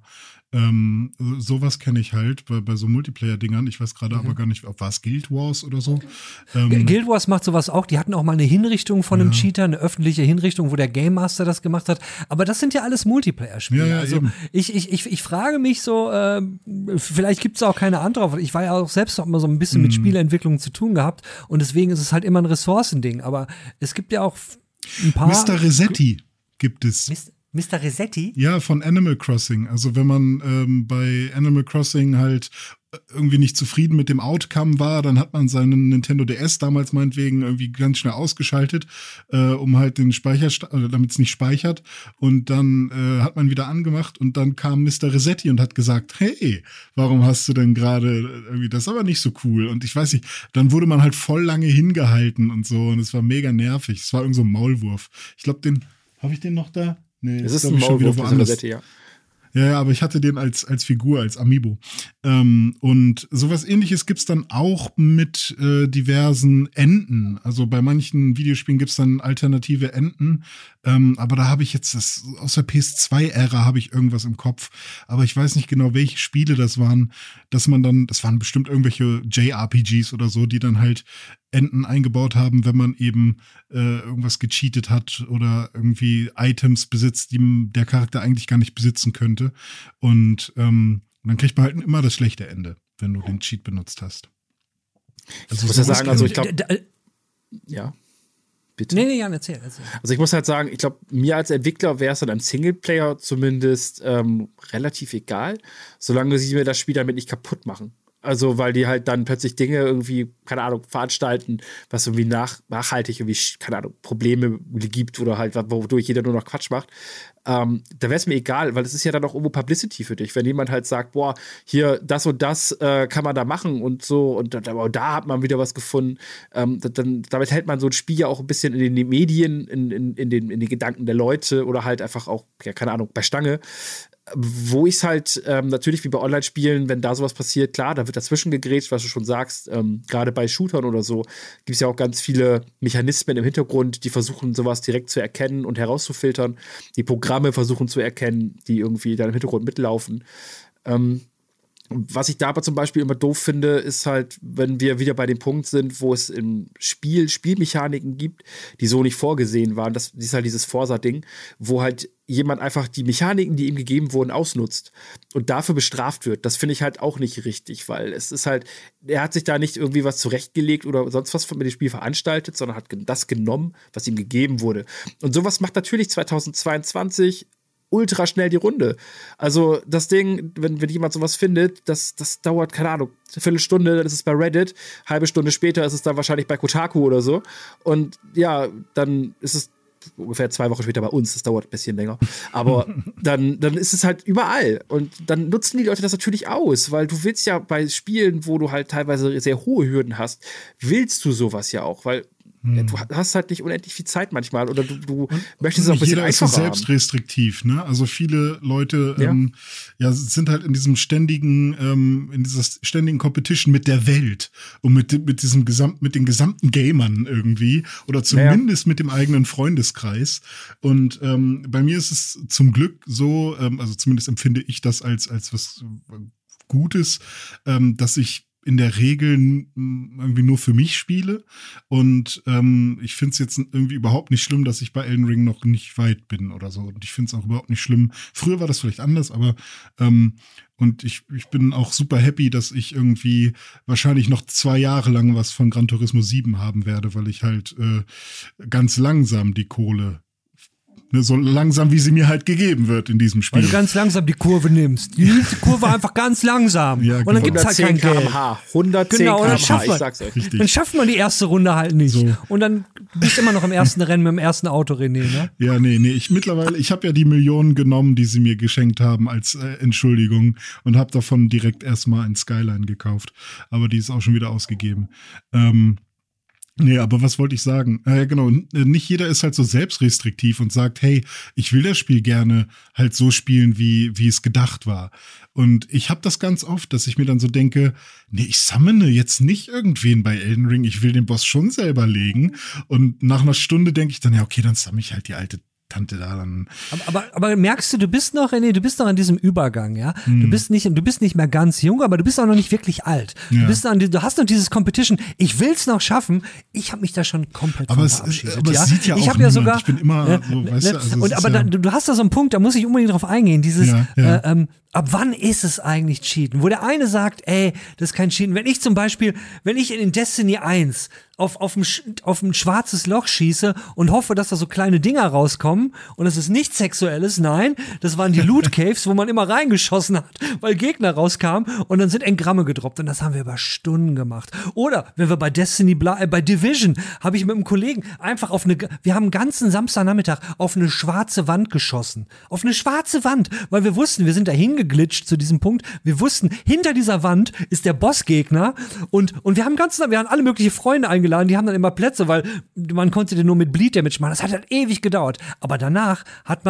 Sowas kenne ich halt bei so Multiplayer-Dingern. Ich weiß gerade aber gar nicht, war es Guild Wars oder so? Guild Wars macht sowas auch. Die hatten auch mal eine Hinrichtung von einem Cheater, eine öffentliche Hinrichtung, wo der Game Master das gemacht hat. Aber das sind ja alles Multiplayer-Spiele. Ja, also ich frage mich so, vielleicht gibt es auch keine andere. Ich war ja auch selbst noch mal so ein bisschen mit Spieleentwicklung zu tun gehabt und deswegen ist es halt immer ein Ressourcending. Aber es gibt ja auch ein paar. Mr. Resetti gibt es. Mr. Resetti? Ja, von Animal Crossing. Also wenn man bei Animal Crossing halt irgendwie nicht zufrieden mit dem Outcome war, dann hat man seinen Nintendo DS damals meinetwegen irgendwie ganz schnell ausgeschaltet, um halt den damit es nicht speichert. Und dann hat man wieder angemacht und dann kam Mr. Resetti und hat gesagt, hey, warum hast du denn gerade irgendwie, das ist aber nicht so cool. Und ich weiß nicht, dann wurde man halt voll lange hingehalten und so und es war mega nervig. Es war irgend so ein Maulwurf. Ich glaube, habe ich den noch da? Nee, es ist ein Maulwurf, Resetti, ja. Ja, aber ich hatte den als Figur, als Amiibo. Und sowas Ähnliches gibt's dann auch mit diversen Enden. Also bei manchen Videospielen gibt's dann alternative Enden. Aber da habe ich jetzt aus der PS2-Ära habe ich irgendwas im Kopf. Aber ich weiß nicht genau, welche Spiele das waren, das waren bestimmt irgendwelche JRPGs oder so, die dann halt Enden eingebaut haben, wenn man eben irgendwas gecheatet hat oder irgendwie Items besitzt, die der Charakter eigentlich gar nicht besitzen könnte. Und dann kriegt man halt immer das schlechte Ende, wenn du den Cheat benutzt hast. Also ich muss ja sagen, also ich glaube, ja. Bitte? Nee, Jan, erzähl. Also ich muss halt sagen, ich glaube, mir als Entwickler wäre es dann im Singleplayer zumindest relativ egal, solange sie mir das Spiel damit nicht kaputt machen. Also, weil die halt dann plötzlich Dinge irgendwie, keine Ahnung, veranstalten, was irgendwie nachhaltig irgendwie, keine Ahnung, Probleme gibt oder halt, wodurch jeder nur noch Quatsch macht. Da wäre es mir egal, weil es ist ja dann auch irgendwo Publicity für dich. Wenn jemand halt sagt, boah, hier, das und das kann man da machen und so und da hat man wieder was gefunden, damit hält man so ein Spiel ja auch ein bisschen in den Medien, in den Gedanken der Leute oder halt einfach auch, ja, keine Ahnung, bei Stange. Wo ich es halt natürlich wie bei Online-Spielen, wenn da sowas passiert, klar, da wird dazwischen gegrätscht, was du schon sagst, gerade bei Shootern oder so, gibt es ja auch ganz viele Mechanismen im Hintergrund, die versuchen, sowas direkt zu erkennen und herauszufiltern. Die Programme versuchen zu erkennen, die irgendwie da im Hintergrund mitlaufen. Was ich da aber zum Beispiel immer doof finde, ist halt, wenn wir wieder bei dem Punkt sind, wo es im Spielmechaniken gibt, die so nicht vorgesehen waren. Das ist halt dieses Forsa-Ding, wo halt jemand einfach die Mechaniken, die ihm gegeben wurden, ausnutzt und dafür bestraft wird. Das finde ich halt auch nicht richtig, weil es ist halt, er hat sich da nicht irgendwie was zurechtgelegt oder sonst was mit dem Spiel veranstaltet, sondern hat das genommen, was ihm gegeben wurde. Und sowas macht natürlich 2022 ultra schnell die Runde. Also das Ding, wenn jemand sowas findet, das dauert, keine Ahnung, eine Viertelstunde, dann ist es bei Reddit, halbe Stunde später ist es dann wahrscheinlich bei Kotaku oder so. Und ja, dann ist es ungefähr 2 Wochen später bei uns, das dauert ein bisschen länger. Aber dann ist es halt überall. Und dann nutzen die Leute das natürlich aus, weil du willst ja bei Spielen, wo du halt teilweise sehr hohe Hürden hast, willst du sowas ja auch, weil du hast halt nicht unendlich viel Zeit manchmal oder du möchtest es auch ein bisschen einfacher haben. Jeder ist so selbstrestriktiv, ne? Also viele Leute sind halt in dieser ständigen Competition mit der Welt und mit den gesamten Gamern irgendwie oder zumindest mit dem eigenen Freundeskreis. Und bei mir ist es zum Glück so, also zumindest empfinde ich das als was Gutes, dass ich in der Regel irgendwie nur für mich spiele und ich finde es jetzt irgendwie überhaupt nicht schlimm, dass ich bei Elden Ring noch nicht weit bin oder so und ich finde es auch überhaupt nicht schlimm. Früher war das vielleicht anders, aber und ich bin auch super happy, dass ich irgendwie wahrscheinlich noch 2 Jahre lang was von Gran Turismo 7 haben werde, weil ich halt ganz langsam die Kohle so langsam, wie sie mir halt gegeben wird in diesem Spiel. Weil du ganz langsam die Kurve nimmst. Die Kurve einfach ganz langsam. Ja, und dann gibt es halt kein Geld. 110 km/h, ich sag's euch. Richtig. Dann schafft man die erste Runde halt nicht. So. Und dann bist du immer noch im ersten Rennen mit dem ersten Auto, René, ne? Ja, nee. Ich habe ja die Millionen genommen, die sie mir geschenkt haben als Entschuldigung und habe davon direkt erstmal ein Skyline gekauft. Aber die ist auch schon wieder ausgegeben. Nee, aber was wollte ich sagen? Genau, nicht jeder ist halt so selbstrestriktiv und sagt, hey, ich will das Spiel gerne halt so spielen, wie es gedacht war. Und ich habe das ganz oft, dass ich mir dann so denke, nee, ich summone jetzt nicht irgendwen bei Elden Ring, ich will den Boss schon selber legen. Und nach einer Stunde denke ich dann, ja, okay, dann summone ich halt die alte Tante da dann. Aber merkst du bist noch, René, du bist noch an diesem Übergang, ja? Du bist nicht mehr ganz jung, aber du bist auch noch nicht wirklich alt. Ja. Du hast noch dieses Competition. Ich will's noch schaffen. Ich habe mich da schon komplett von verabschiedet. Aber es sieht ja ich auch ja sogar, ich bin immer so, weißt du, also und aber du hast da so einen Punkt, da muss ich unbedingt drauf eingehen. Dieses, ab wann ist es eigentlich Cheaten? Wo der eine sagt, ey, das ist kein Cheaten. Wenn ich in Destiny 1 auf ein schwarzes Loch schieße und hoffe, dass da so kleine Dinger rauskommen und es ist nichts Sexuelles, nein, das waren die Loot Caves, wo man immer reingeschossen hat, weil Gegner rauskamen und dann sind Engramme gedroppt und das haben wir über Stunden gemacht. Oder wenn wir bei bei Division habe ich mit einem Kollegen einfach wir haben einen ganzen Samstagnachmittag auf eine schwarze Wand geschossen. Auf eine schwarze Wand, weil wir wussten, wir sind da hingeglitscht zu diesem Punkt, wir wussten, hinter dieser Wand ist der Bossgegner und wir haben alle möglichen Freunde eingeladen, die haben dann immer Plätze, weil man konnte den nur mit Bleed Damage machen. Das hat halt ewig gedauert. Aber danach hat man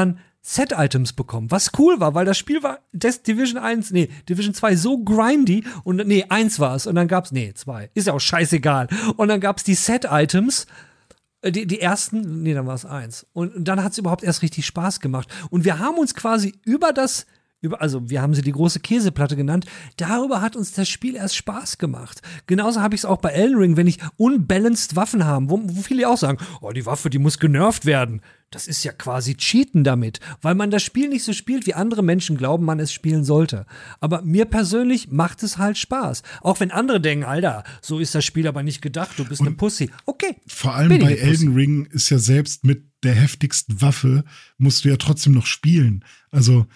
Set-Items bekommen, was cool war, weil das Spiel war Division 2 so grindy und 1 war es und dann gab's 2, ist ja auch scheißegal und dann gab's die Set-Items, die ersten, dann war es 1 und dann hat's überhaupt erst richtig Spaß gemacht und wir haben uns quasi also wir haben sie die große Käseplatte genannt, darüber hat uns das Spiel erst Spaß gemacht. Genauso habe ich es auch bei Elden Ring, wenn ich unbalanced Waffen habe, wo viele auch sagen, die Waffe, die muss genervt werden. Das ist ja quasi Cheaten damit, weil man das Spiel nicht so spielt, wie andere Menschen glauben, man es spielen sollte. Aber mir persönlich macht es halt Spaß. Auch wenn andere denken, Alter, so ist das Spiel aber nicht gedacht, du bist eine Pussy. Okay. Vor allem bei Elden Ring ist ja selbst mit der heftigsten Waffe musst du ja trotzdem noch spielen. Also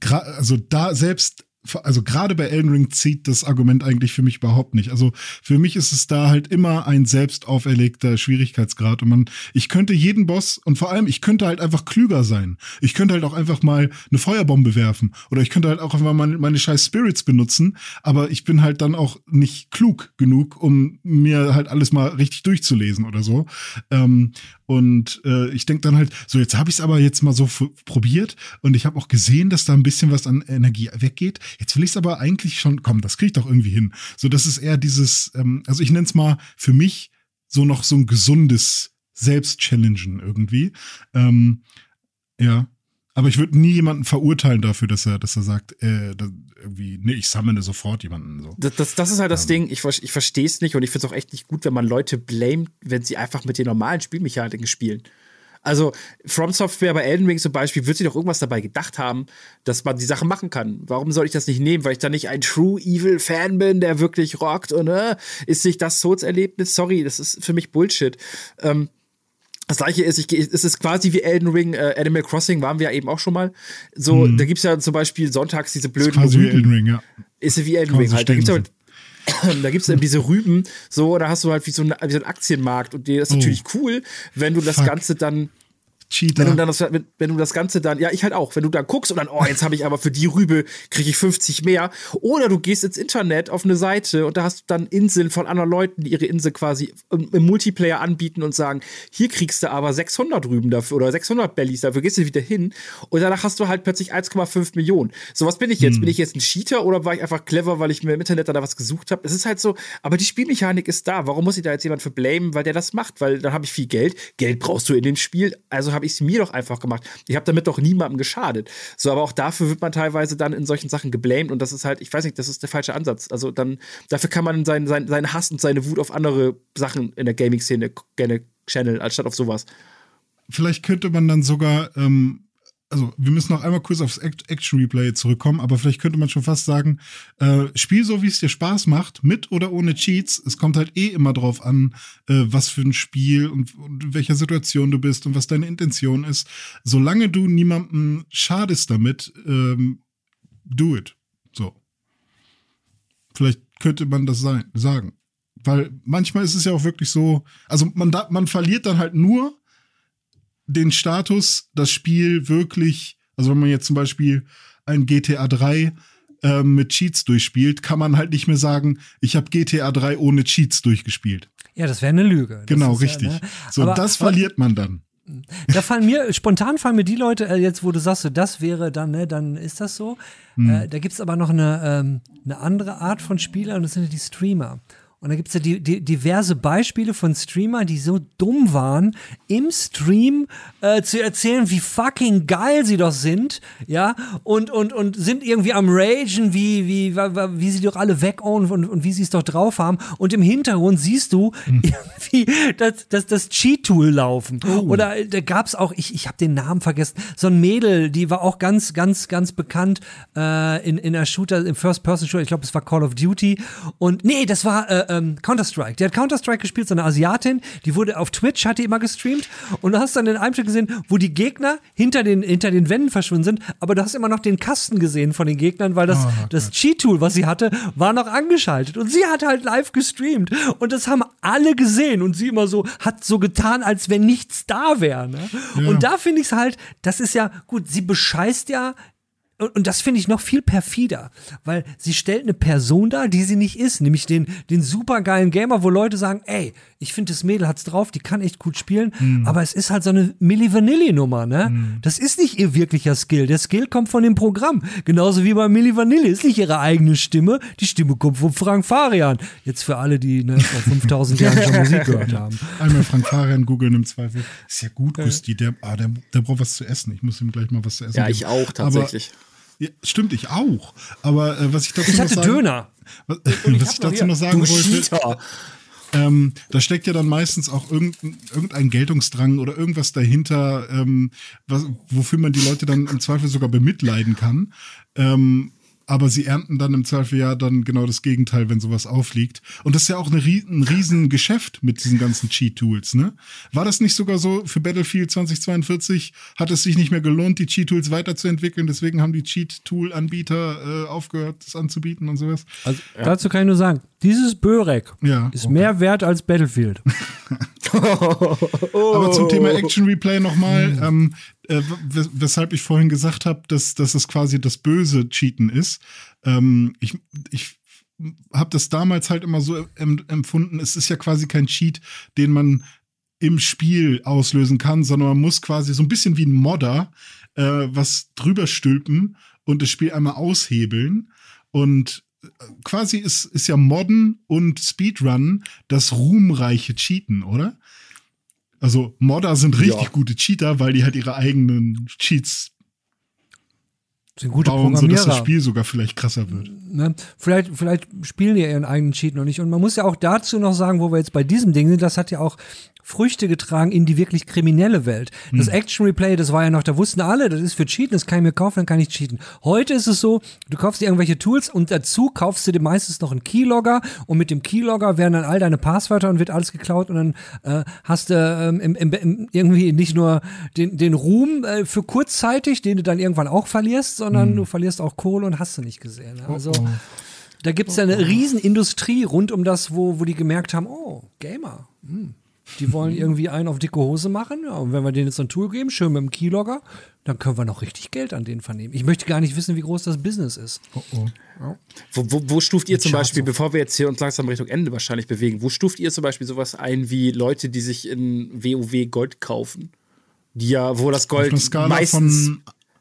gerade bei Elden Ring zieht das Argument eigentlich für mich überhaupt nicht. Also für mich ist es da halt immer ein selbst auferlegter Schwierigkeitsgrad und ich könnte jeden Boss und vor allem ich könnte halt einfach klüger sein. Ich könnte halt auch einfach mal eine Feuerbombe werfen oder ich könnte halt auch einfach mal meine scheiß Spirits benutzen, aber ich bin halt dann auch nicht klug genug, um mir halt alles mal richtig durchzulesen oder so. Ich denke dann halt, so jetzt habe ich es aber jetzt mal so probiert und ich habe auch gesehen, dass da ein bisschen was an Energie weggeht. Jetzt will ich es aber eigentlich schon, komm, das kriege ich doch irgendwie hin. So, das ist eher dieses, also ich nenne es mal für mich so noch so ein gesundes Selbst-Challengen irgendwie. Ja. Aber ich würde nie jemanden verurteilen dafür, dass er sagt, ich sammle sofort jemanden. So. Das ist halt das Ding, ich verstehe es nicht und ich finde es auch echt nicht gut, wenn man Leute blamet, wenn sie einfach mit den normalen Spielmechaniken spielen. Also From Software bei Elden Ring zum Beispiel wird sich doch irgendwas dabei gedacht haben, dass man die Sache machen kann. Warum soll ich das nicht nehmen? Weil ich da nicht ein True Evil Fan bin, der wirklich rockt und ist nicht das Souls-Erlebnis? Sorry, das ist für mich Bullshit. Das gleiche ist, es ist quasi wie Elden Ring, Animal Crossing waren wir ja eben auch schon mal. So, da gibt's ja zum Beispiel sonntags diese blöden Rüben. Ist quasi wie Elden Ring, ja. Ist wie Elden Ring halt. Da gibt's eben diese Rüben, so, da hast du halt wie so ein Aktienmarkt und das ist natürlich cool, wenn du das Ganze dann Cheater. Wenn du das Ganze dann, ja, ich halt auch, wenn du dann guckst und dann, jetzt habe ich aber für die Rübe, kriege ich 50 mehr. Oder du gehst ins Internet auf eine Seite und da hast du dann Inseln von anderen Leuten, die ihre Insel quasi im Multiplayer anbieten und sagen, hier kriegst du aber 600 Rüben dafür oder 600 Bellies, dafür gehst du wieder hin und danach hast du halt plötzlich 1,5 Millionen. So, was bin ich jetzt? Bin ich jetzt ein Cheater oder war ich einfach clever, weil ich mir im Internet da was gesucht habe? Es ist halt so, aber die Spielmechanik ist da. Warum muss ich da jetzt jemand für blamen, weil der das macht? Weil dann habe ich viel Geld. Geld brauchst du in dem Spiel, also habe ich es mir doch einfach gemacht. Ich habe damit doch niemandem geschadet. So, aber auch dafür wird man teilweise dann in solchen Sachen geblamed und das ist halt, ich weiß nicht, das ist der falsche Ansatz. Also dann, dafür kann man seinen Hass und seine Wut auf andere Sachen in der Gaming-Szene gerne channeln, anstatt auf sowas. Vielleicht könnte man dann sogar, also wir müssen noch einmal kurz aufs Action-Replay zurückkommen, aber vielleicht könnte man schon fast sagen, spiel so, wie es dir Spaß macht, mit oder ohne Cheats. Es kommt halt immer drauf an, was für ein Spiel und in welcher Situation du bist und was deine Intention ist. Solange du niemandem schadest damit, do it. So. Vielleicht könnte man das sagen. Weil manchmal ist es ja auch wirklich so, also man verliert dann halt nur den Status, das Spiel wirklich, also wenn man jetzt zum Beispiel ein GTA 3 mit Cheats durchspielt, kann man halt nicht mehr sagen, ich habe GTA 3 ohne Cheats durchgespielt. Ja, das wäre eine Lüge. Genau, richtig. Ja, ne? So, aber das verliert man dann. Spontan fallen mir die Leute, jetzt wo du sagst, das wäre dann, ne, dann ist das so. Da gibt's aber noch eine andere Art von Spielern und das sind die Streamer. Und da gibt's ja diverse Beispiele von Streamern, die so dumm waren, im Stream zu erzählen, wie fucking geil sie doch sind, ja, und sind irgendwie am Ragen, wie sie doch alle wegownen und wie sie es doch drauf haben. Und im Hintergrund siehst du irgendwie das Cheat-Tool laufen. Oh. Oder da gab's auch, ich habe den Namen vergessen, so ein Mädel, die war auch ganz, ganz, ganz bekannt in der Shooter, im First-Person-Shooter, ich glaube, es war Call of Duty. Und nee, das war Counter-Strike. Die hat Counter-Strike gespielt, so eine Asiatin, die wurde auf Twitch, hat die immer gestreamt und du hast dann in einem Stück gesehen, wo die Gegner hinter den Wänden verschwunden sind, aber du hast immer noch den Kasten gesehen von den Gegnern, weil das Cheat-Tool, was sie hatte, war noch angeschaltet und sie hat halt live gestreamt und das haben alle gesehen und sie immer so, hat so getan, als wenn nichts da wäre. Ne? Ja. Und da finde ich es halt, das ist ja, gut, sie bescheißt ja Und das finde ich noch viel perfider, weil sie stellt eine Person dar, die sie nicht ist, nämlich den supergeilen Gamer, wo Leute sagen, ey, ich finde, das Mädel hat's drauf, die kann echt gut spielen, aber es ist halt so eine Milli Vanilli-Nummer, ne? Das ist nicht ihr wirklicher Skill. Der Skill kommt von dem Programm. Genauso wie bei Milli Vanilli ist nicht ihre eigene Stimme, die Stimme kommt von Frank Farian. Jetzt für alle, die vor 5000 Jahren schon Musik gehört haben. Einmal Frank Farian googeln im Zweifel. Ist ja gut, Gusti, der braucht was zu essen. Ich muss ihm gleich mal was zu essen geben. Ja, ich auch, tatsächlich. Aber, ja, stimmt, ich auch. Aber was ich dazu Ich hatte Döner. Was ich dazu noch sagen wollte, Cheater. da steckt ja dann meistens auch irgendein Geltungsdrang oder irgendwas dahinter, wofür man die Leute dann im Zweifel sogar bemitleiden kann. Aber sie ernten dann im Zweifel ja dann genau das Gegenteil, wenn sowas aufliegt. Und das ist ja auch ein riesen Geschäft mit diesen ganzen Cheat-Tools, ne? War das nicht sogar so, für Battlefield 2042 hat es sich nicht mehr gelohnt, die Cheat-Tools weiterzuentwickeln, deswegen haben die Cheat-Tool-Anbieter aufgehört, das anzubieten und sowas? Also, dazu kann ich nur sagen, dieses Börek ist mehr wert als Battlefield. Aber zum Thema Action Replay nochmal, weshalb ich vorhin gesagt habe, dass es quasi das böse Cheaten ist. Ich habe das damals halt immer so empfunden, es ist ja quasi kein Cheat, den man im Spiel auslösen kann, sondern man muss quasi so ein bisschen wie ein Modder was drüber stülpen und das Spiel einmal aushebeln. Und quasi ist ja Modden und Speedrun das ruhmreiche Cheaten, oder? Also Modder sind richtig gute Cheater, weil die halt ihre eigenen Cheats sind gute bauen, Programmierer. sodass das Spiel sogar vielleicht krasser wird. Ne? Vielleicht spielen die ihren eigenen Cheat noch nicht. Und man muss ja auch dazu noch sagen, wo wir jetzt bei diesem Ding sind, das hat ja auch Früchte getragen in die wirklich kriminelle Welt. Das Action Replay, das war ja noch, da wussten alle, das ist für Cheaten, das kann ich mir kaufen, dann kann ich cheaten. Heute ist es so, du kaufst dir irgendwelche Tools und dazu kaufst du dir meistens noch einen Keylogger und mit dem Keylogger werden dann all deine Passwörter und wird alles geklaut und dann hast du irgendwie nicht nur den Ruhm für kurzzeitig, den du dann irgendwann auch verlierst, sondern du verlierst auch Kohle und hast du nicht gesehen. Ne? Also da gibt's ja eine Riesenindustrie rund um das, wo die gemerkt haben, oh, Gamer, die wollen irgendwie einen auf dicke Hose machen. Ja, und wenn wir denen jetzt ein Tool geben, schön mit dem Keylogger, dann können wir noch richtig Geld an denen vernehmen. Ich möchte gar nicht wissen, wie groß das Business ist. Ja. Wo stuft ihr zum Beispiel, bevor wir jetzt hier uns langsam Richtung Ende wahrscheinlich bewegen, wo stuft ihr zum Beispiel sowas ein wie Leute, die sich in WoW Gold kaufen? Die ja, wo das Gold meistens...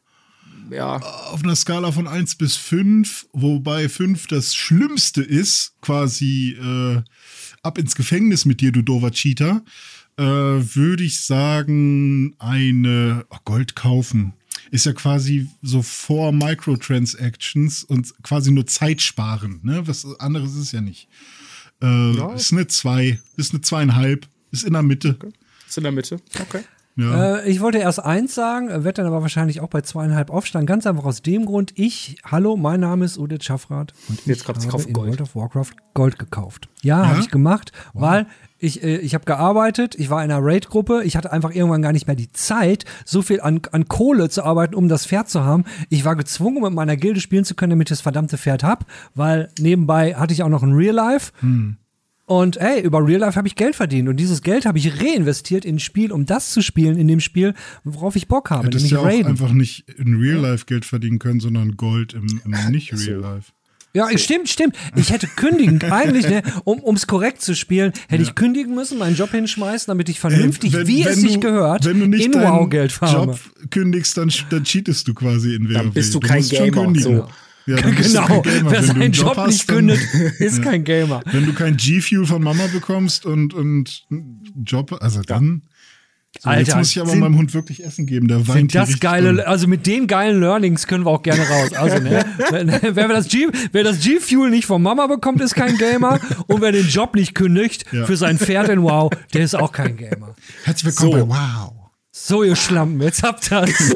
Auf einer Skala von 1 bis 5, wobei 5 das Schlimmste ist, quasi ab ins Gefängnis mit dir, du doofer Cheater, würde ich sagen, Gold kaufen. Ist ja quasi so vor Microtransactions und quasi nur Zeit sparen. Ne? Was anderes ist ja nicht. Ist eine 2, ist eine 2,5, ist in der Mitte. Okay. Ist in der Mitte, okay. Ja. Ich wollte erst 1 sagen, werde dann aber wahrscheinlich auch bei 2,5 aufsteigen. Ganz einfach aus dem Grund, mein Name ist Udit Schafrath und jetzt ich habe in Gold. World of Warcraft Gold gekauft. Ja, habe ich gemacht, weil ich habe gearbeitet, ich war in einer Raid-Gruppe, ich hatte einfach irgendwann gar nicht mehr die Zeit, so viel an Kohle zu arbeiten, um das Pferd zu haben. Ich war gezwungen, um mit meiner Gilde spielen zu können, damit ich das verdammte Pferd hab, weil nebenbei hatte ich auch noch ein Real Life. Und über Real Life habe ich Geld verdient. Und dieses Geld habe ich reinvestiert in ein Spiel, um das zu spielen in dem Spiel, worauf ich Bock habe. Hättest ja auch einfach nicht in Real Life Geld verdienen können, sondern Gold im nicht Real Life. Ja, stimmt. Ich hätte kündigen, eigentlich, ne, um's korrekt zu spielen, hätte ich kündigen müssen, meinen Job hinschmeißen, damit ich vernünftig, sich gehört, wenn du nicht in WoW-Geld farme. Job kündigst, dann cheatest du quasi in WoW. Dann bist du kein Gamer. So. Ja, genau, wer seinen Job nicht kündigt, ist kein Gamer. Wenn du kein G-Fuel von Mama bekommst und Job, also dann... So, Alter, jetzt muss ich aber meinem Hund wirklich Essen geben, der weint hier richtig geile, also mit den geilen Learnings können wir auch gerne raus. Also, ne, wer das G-Fuel nicht von Mama bekommt, ist kein Gamer. Und wer den Job nicht kündigt für sein Pferd in WoW, der ist auch kein Gamer. Herzlich willkommen bei WoW. So, ihr Schlampen, jetzt habt ihr das.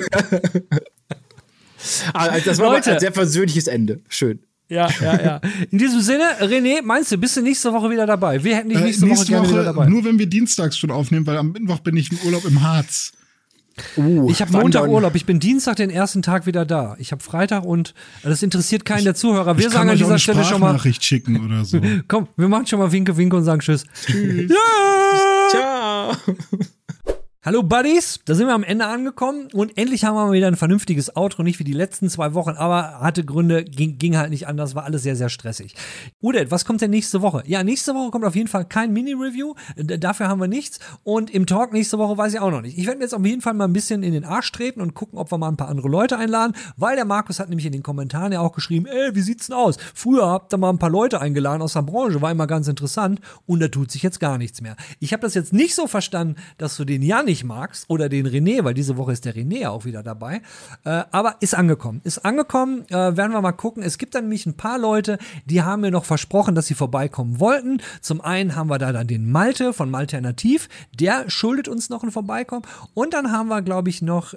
Das war Leute, ein sehr persönliches Ende. Schön. Ja. In diesem Sinne, René, meinst du, bist du nächste Woche wieder dabei? Wir hätten dich nächste Woche gerne wieder dabei. Nur wenn wir dienstags schon aufnehmen, weil am Mittwoch bin ich im Urlaub im Harz. Ich habe Montag Urlaub, ich bin Dienstag den ersten Tag wieder da. Ich habe Freitag und das interessiert keinen der Zuhörer. Wir sagen an dieser Stelle schon mal Sprachnachricht schicken oder so. Komm, wir machen schon mal Winke und sagen Tschüss. Tschüss. Ja! Ciao. Hallo Buddies, da sind wir am Ende angekommen und endlich haben wir mal wieder ein vernünftiges Outro, nicht wie die letzten 2 Wochen, aber hatte Gründe, ging halt nicht anders, war alles sehr, sehr stressig. Udet, was kommt denn nächste Woche? Ja, nächste Woche kommt auf jeden Fall kein Mini-Review, dafür haben wir nichts und im Talk nächste Woche weiß ich auch noch nicht. Ich werde mir jetzt auf jeden Fall mal ein bisschen in den Arsch treten und gucken, ob wir mal ein paar andere Leute einladen, weil der Markus hat nämlich in den Kommentaren ja auch geschrieben, wie sieht's denn aus? Früher habt ihr mal ein paar Leute eingeladen aus der Branche, war immer ganz interessant und da tut sich jetzt gar nichts mehr. Ich habe das jetzt nicht so verstanden, dass du den Jan nicht magst oder den René, weil diese Woche ist der René auch wieder dabei, aber ist angekommen, werden wir mal gucken. Es gibt dann nämlich ein paar Leute, die haben mir noch versprochen, dass sie vorbeikommen wollten. Zum einen haben wir da dann den Malte von Malternativ, der schuldet uns noch ein Vorbeikommen und dann haben wir, glaube ich, noch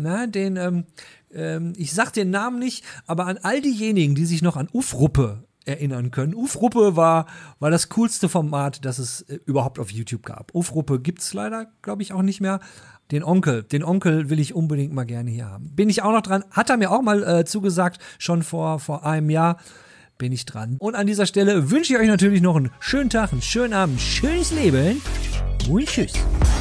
ich sag den Namen nicht, aber an all diejenigen, die sich noch an Ufruppe erinnern können. Ufruppe war das coolste Format, das es überhaupt auf YouTube gab. Ufruppe gibt's leider, glaube ich, auch nicht mehr. Den Onkel will ich unbedingt mal gerne hier haben. Bin ich auch noch dran, hat er mir auch mal zugesagt, schon vor einem Jahr bin ich dran. Und an dieser Stelle wünsche ich euch natürlich noch einen schönen Tag, einen schönen Abend, schönes Leben und tschüss.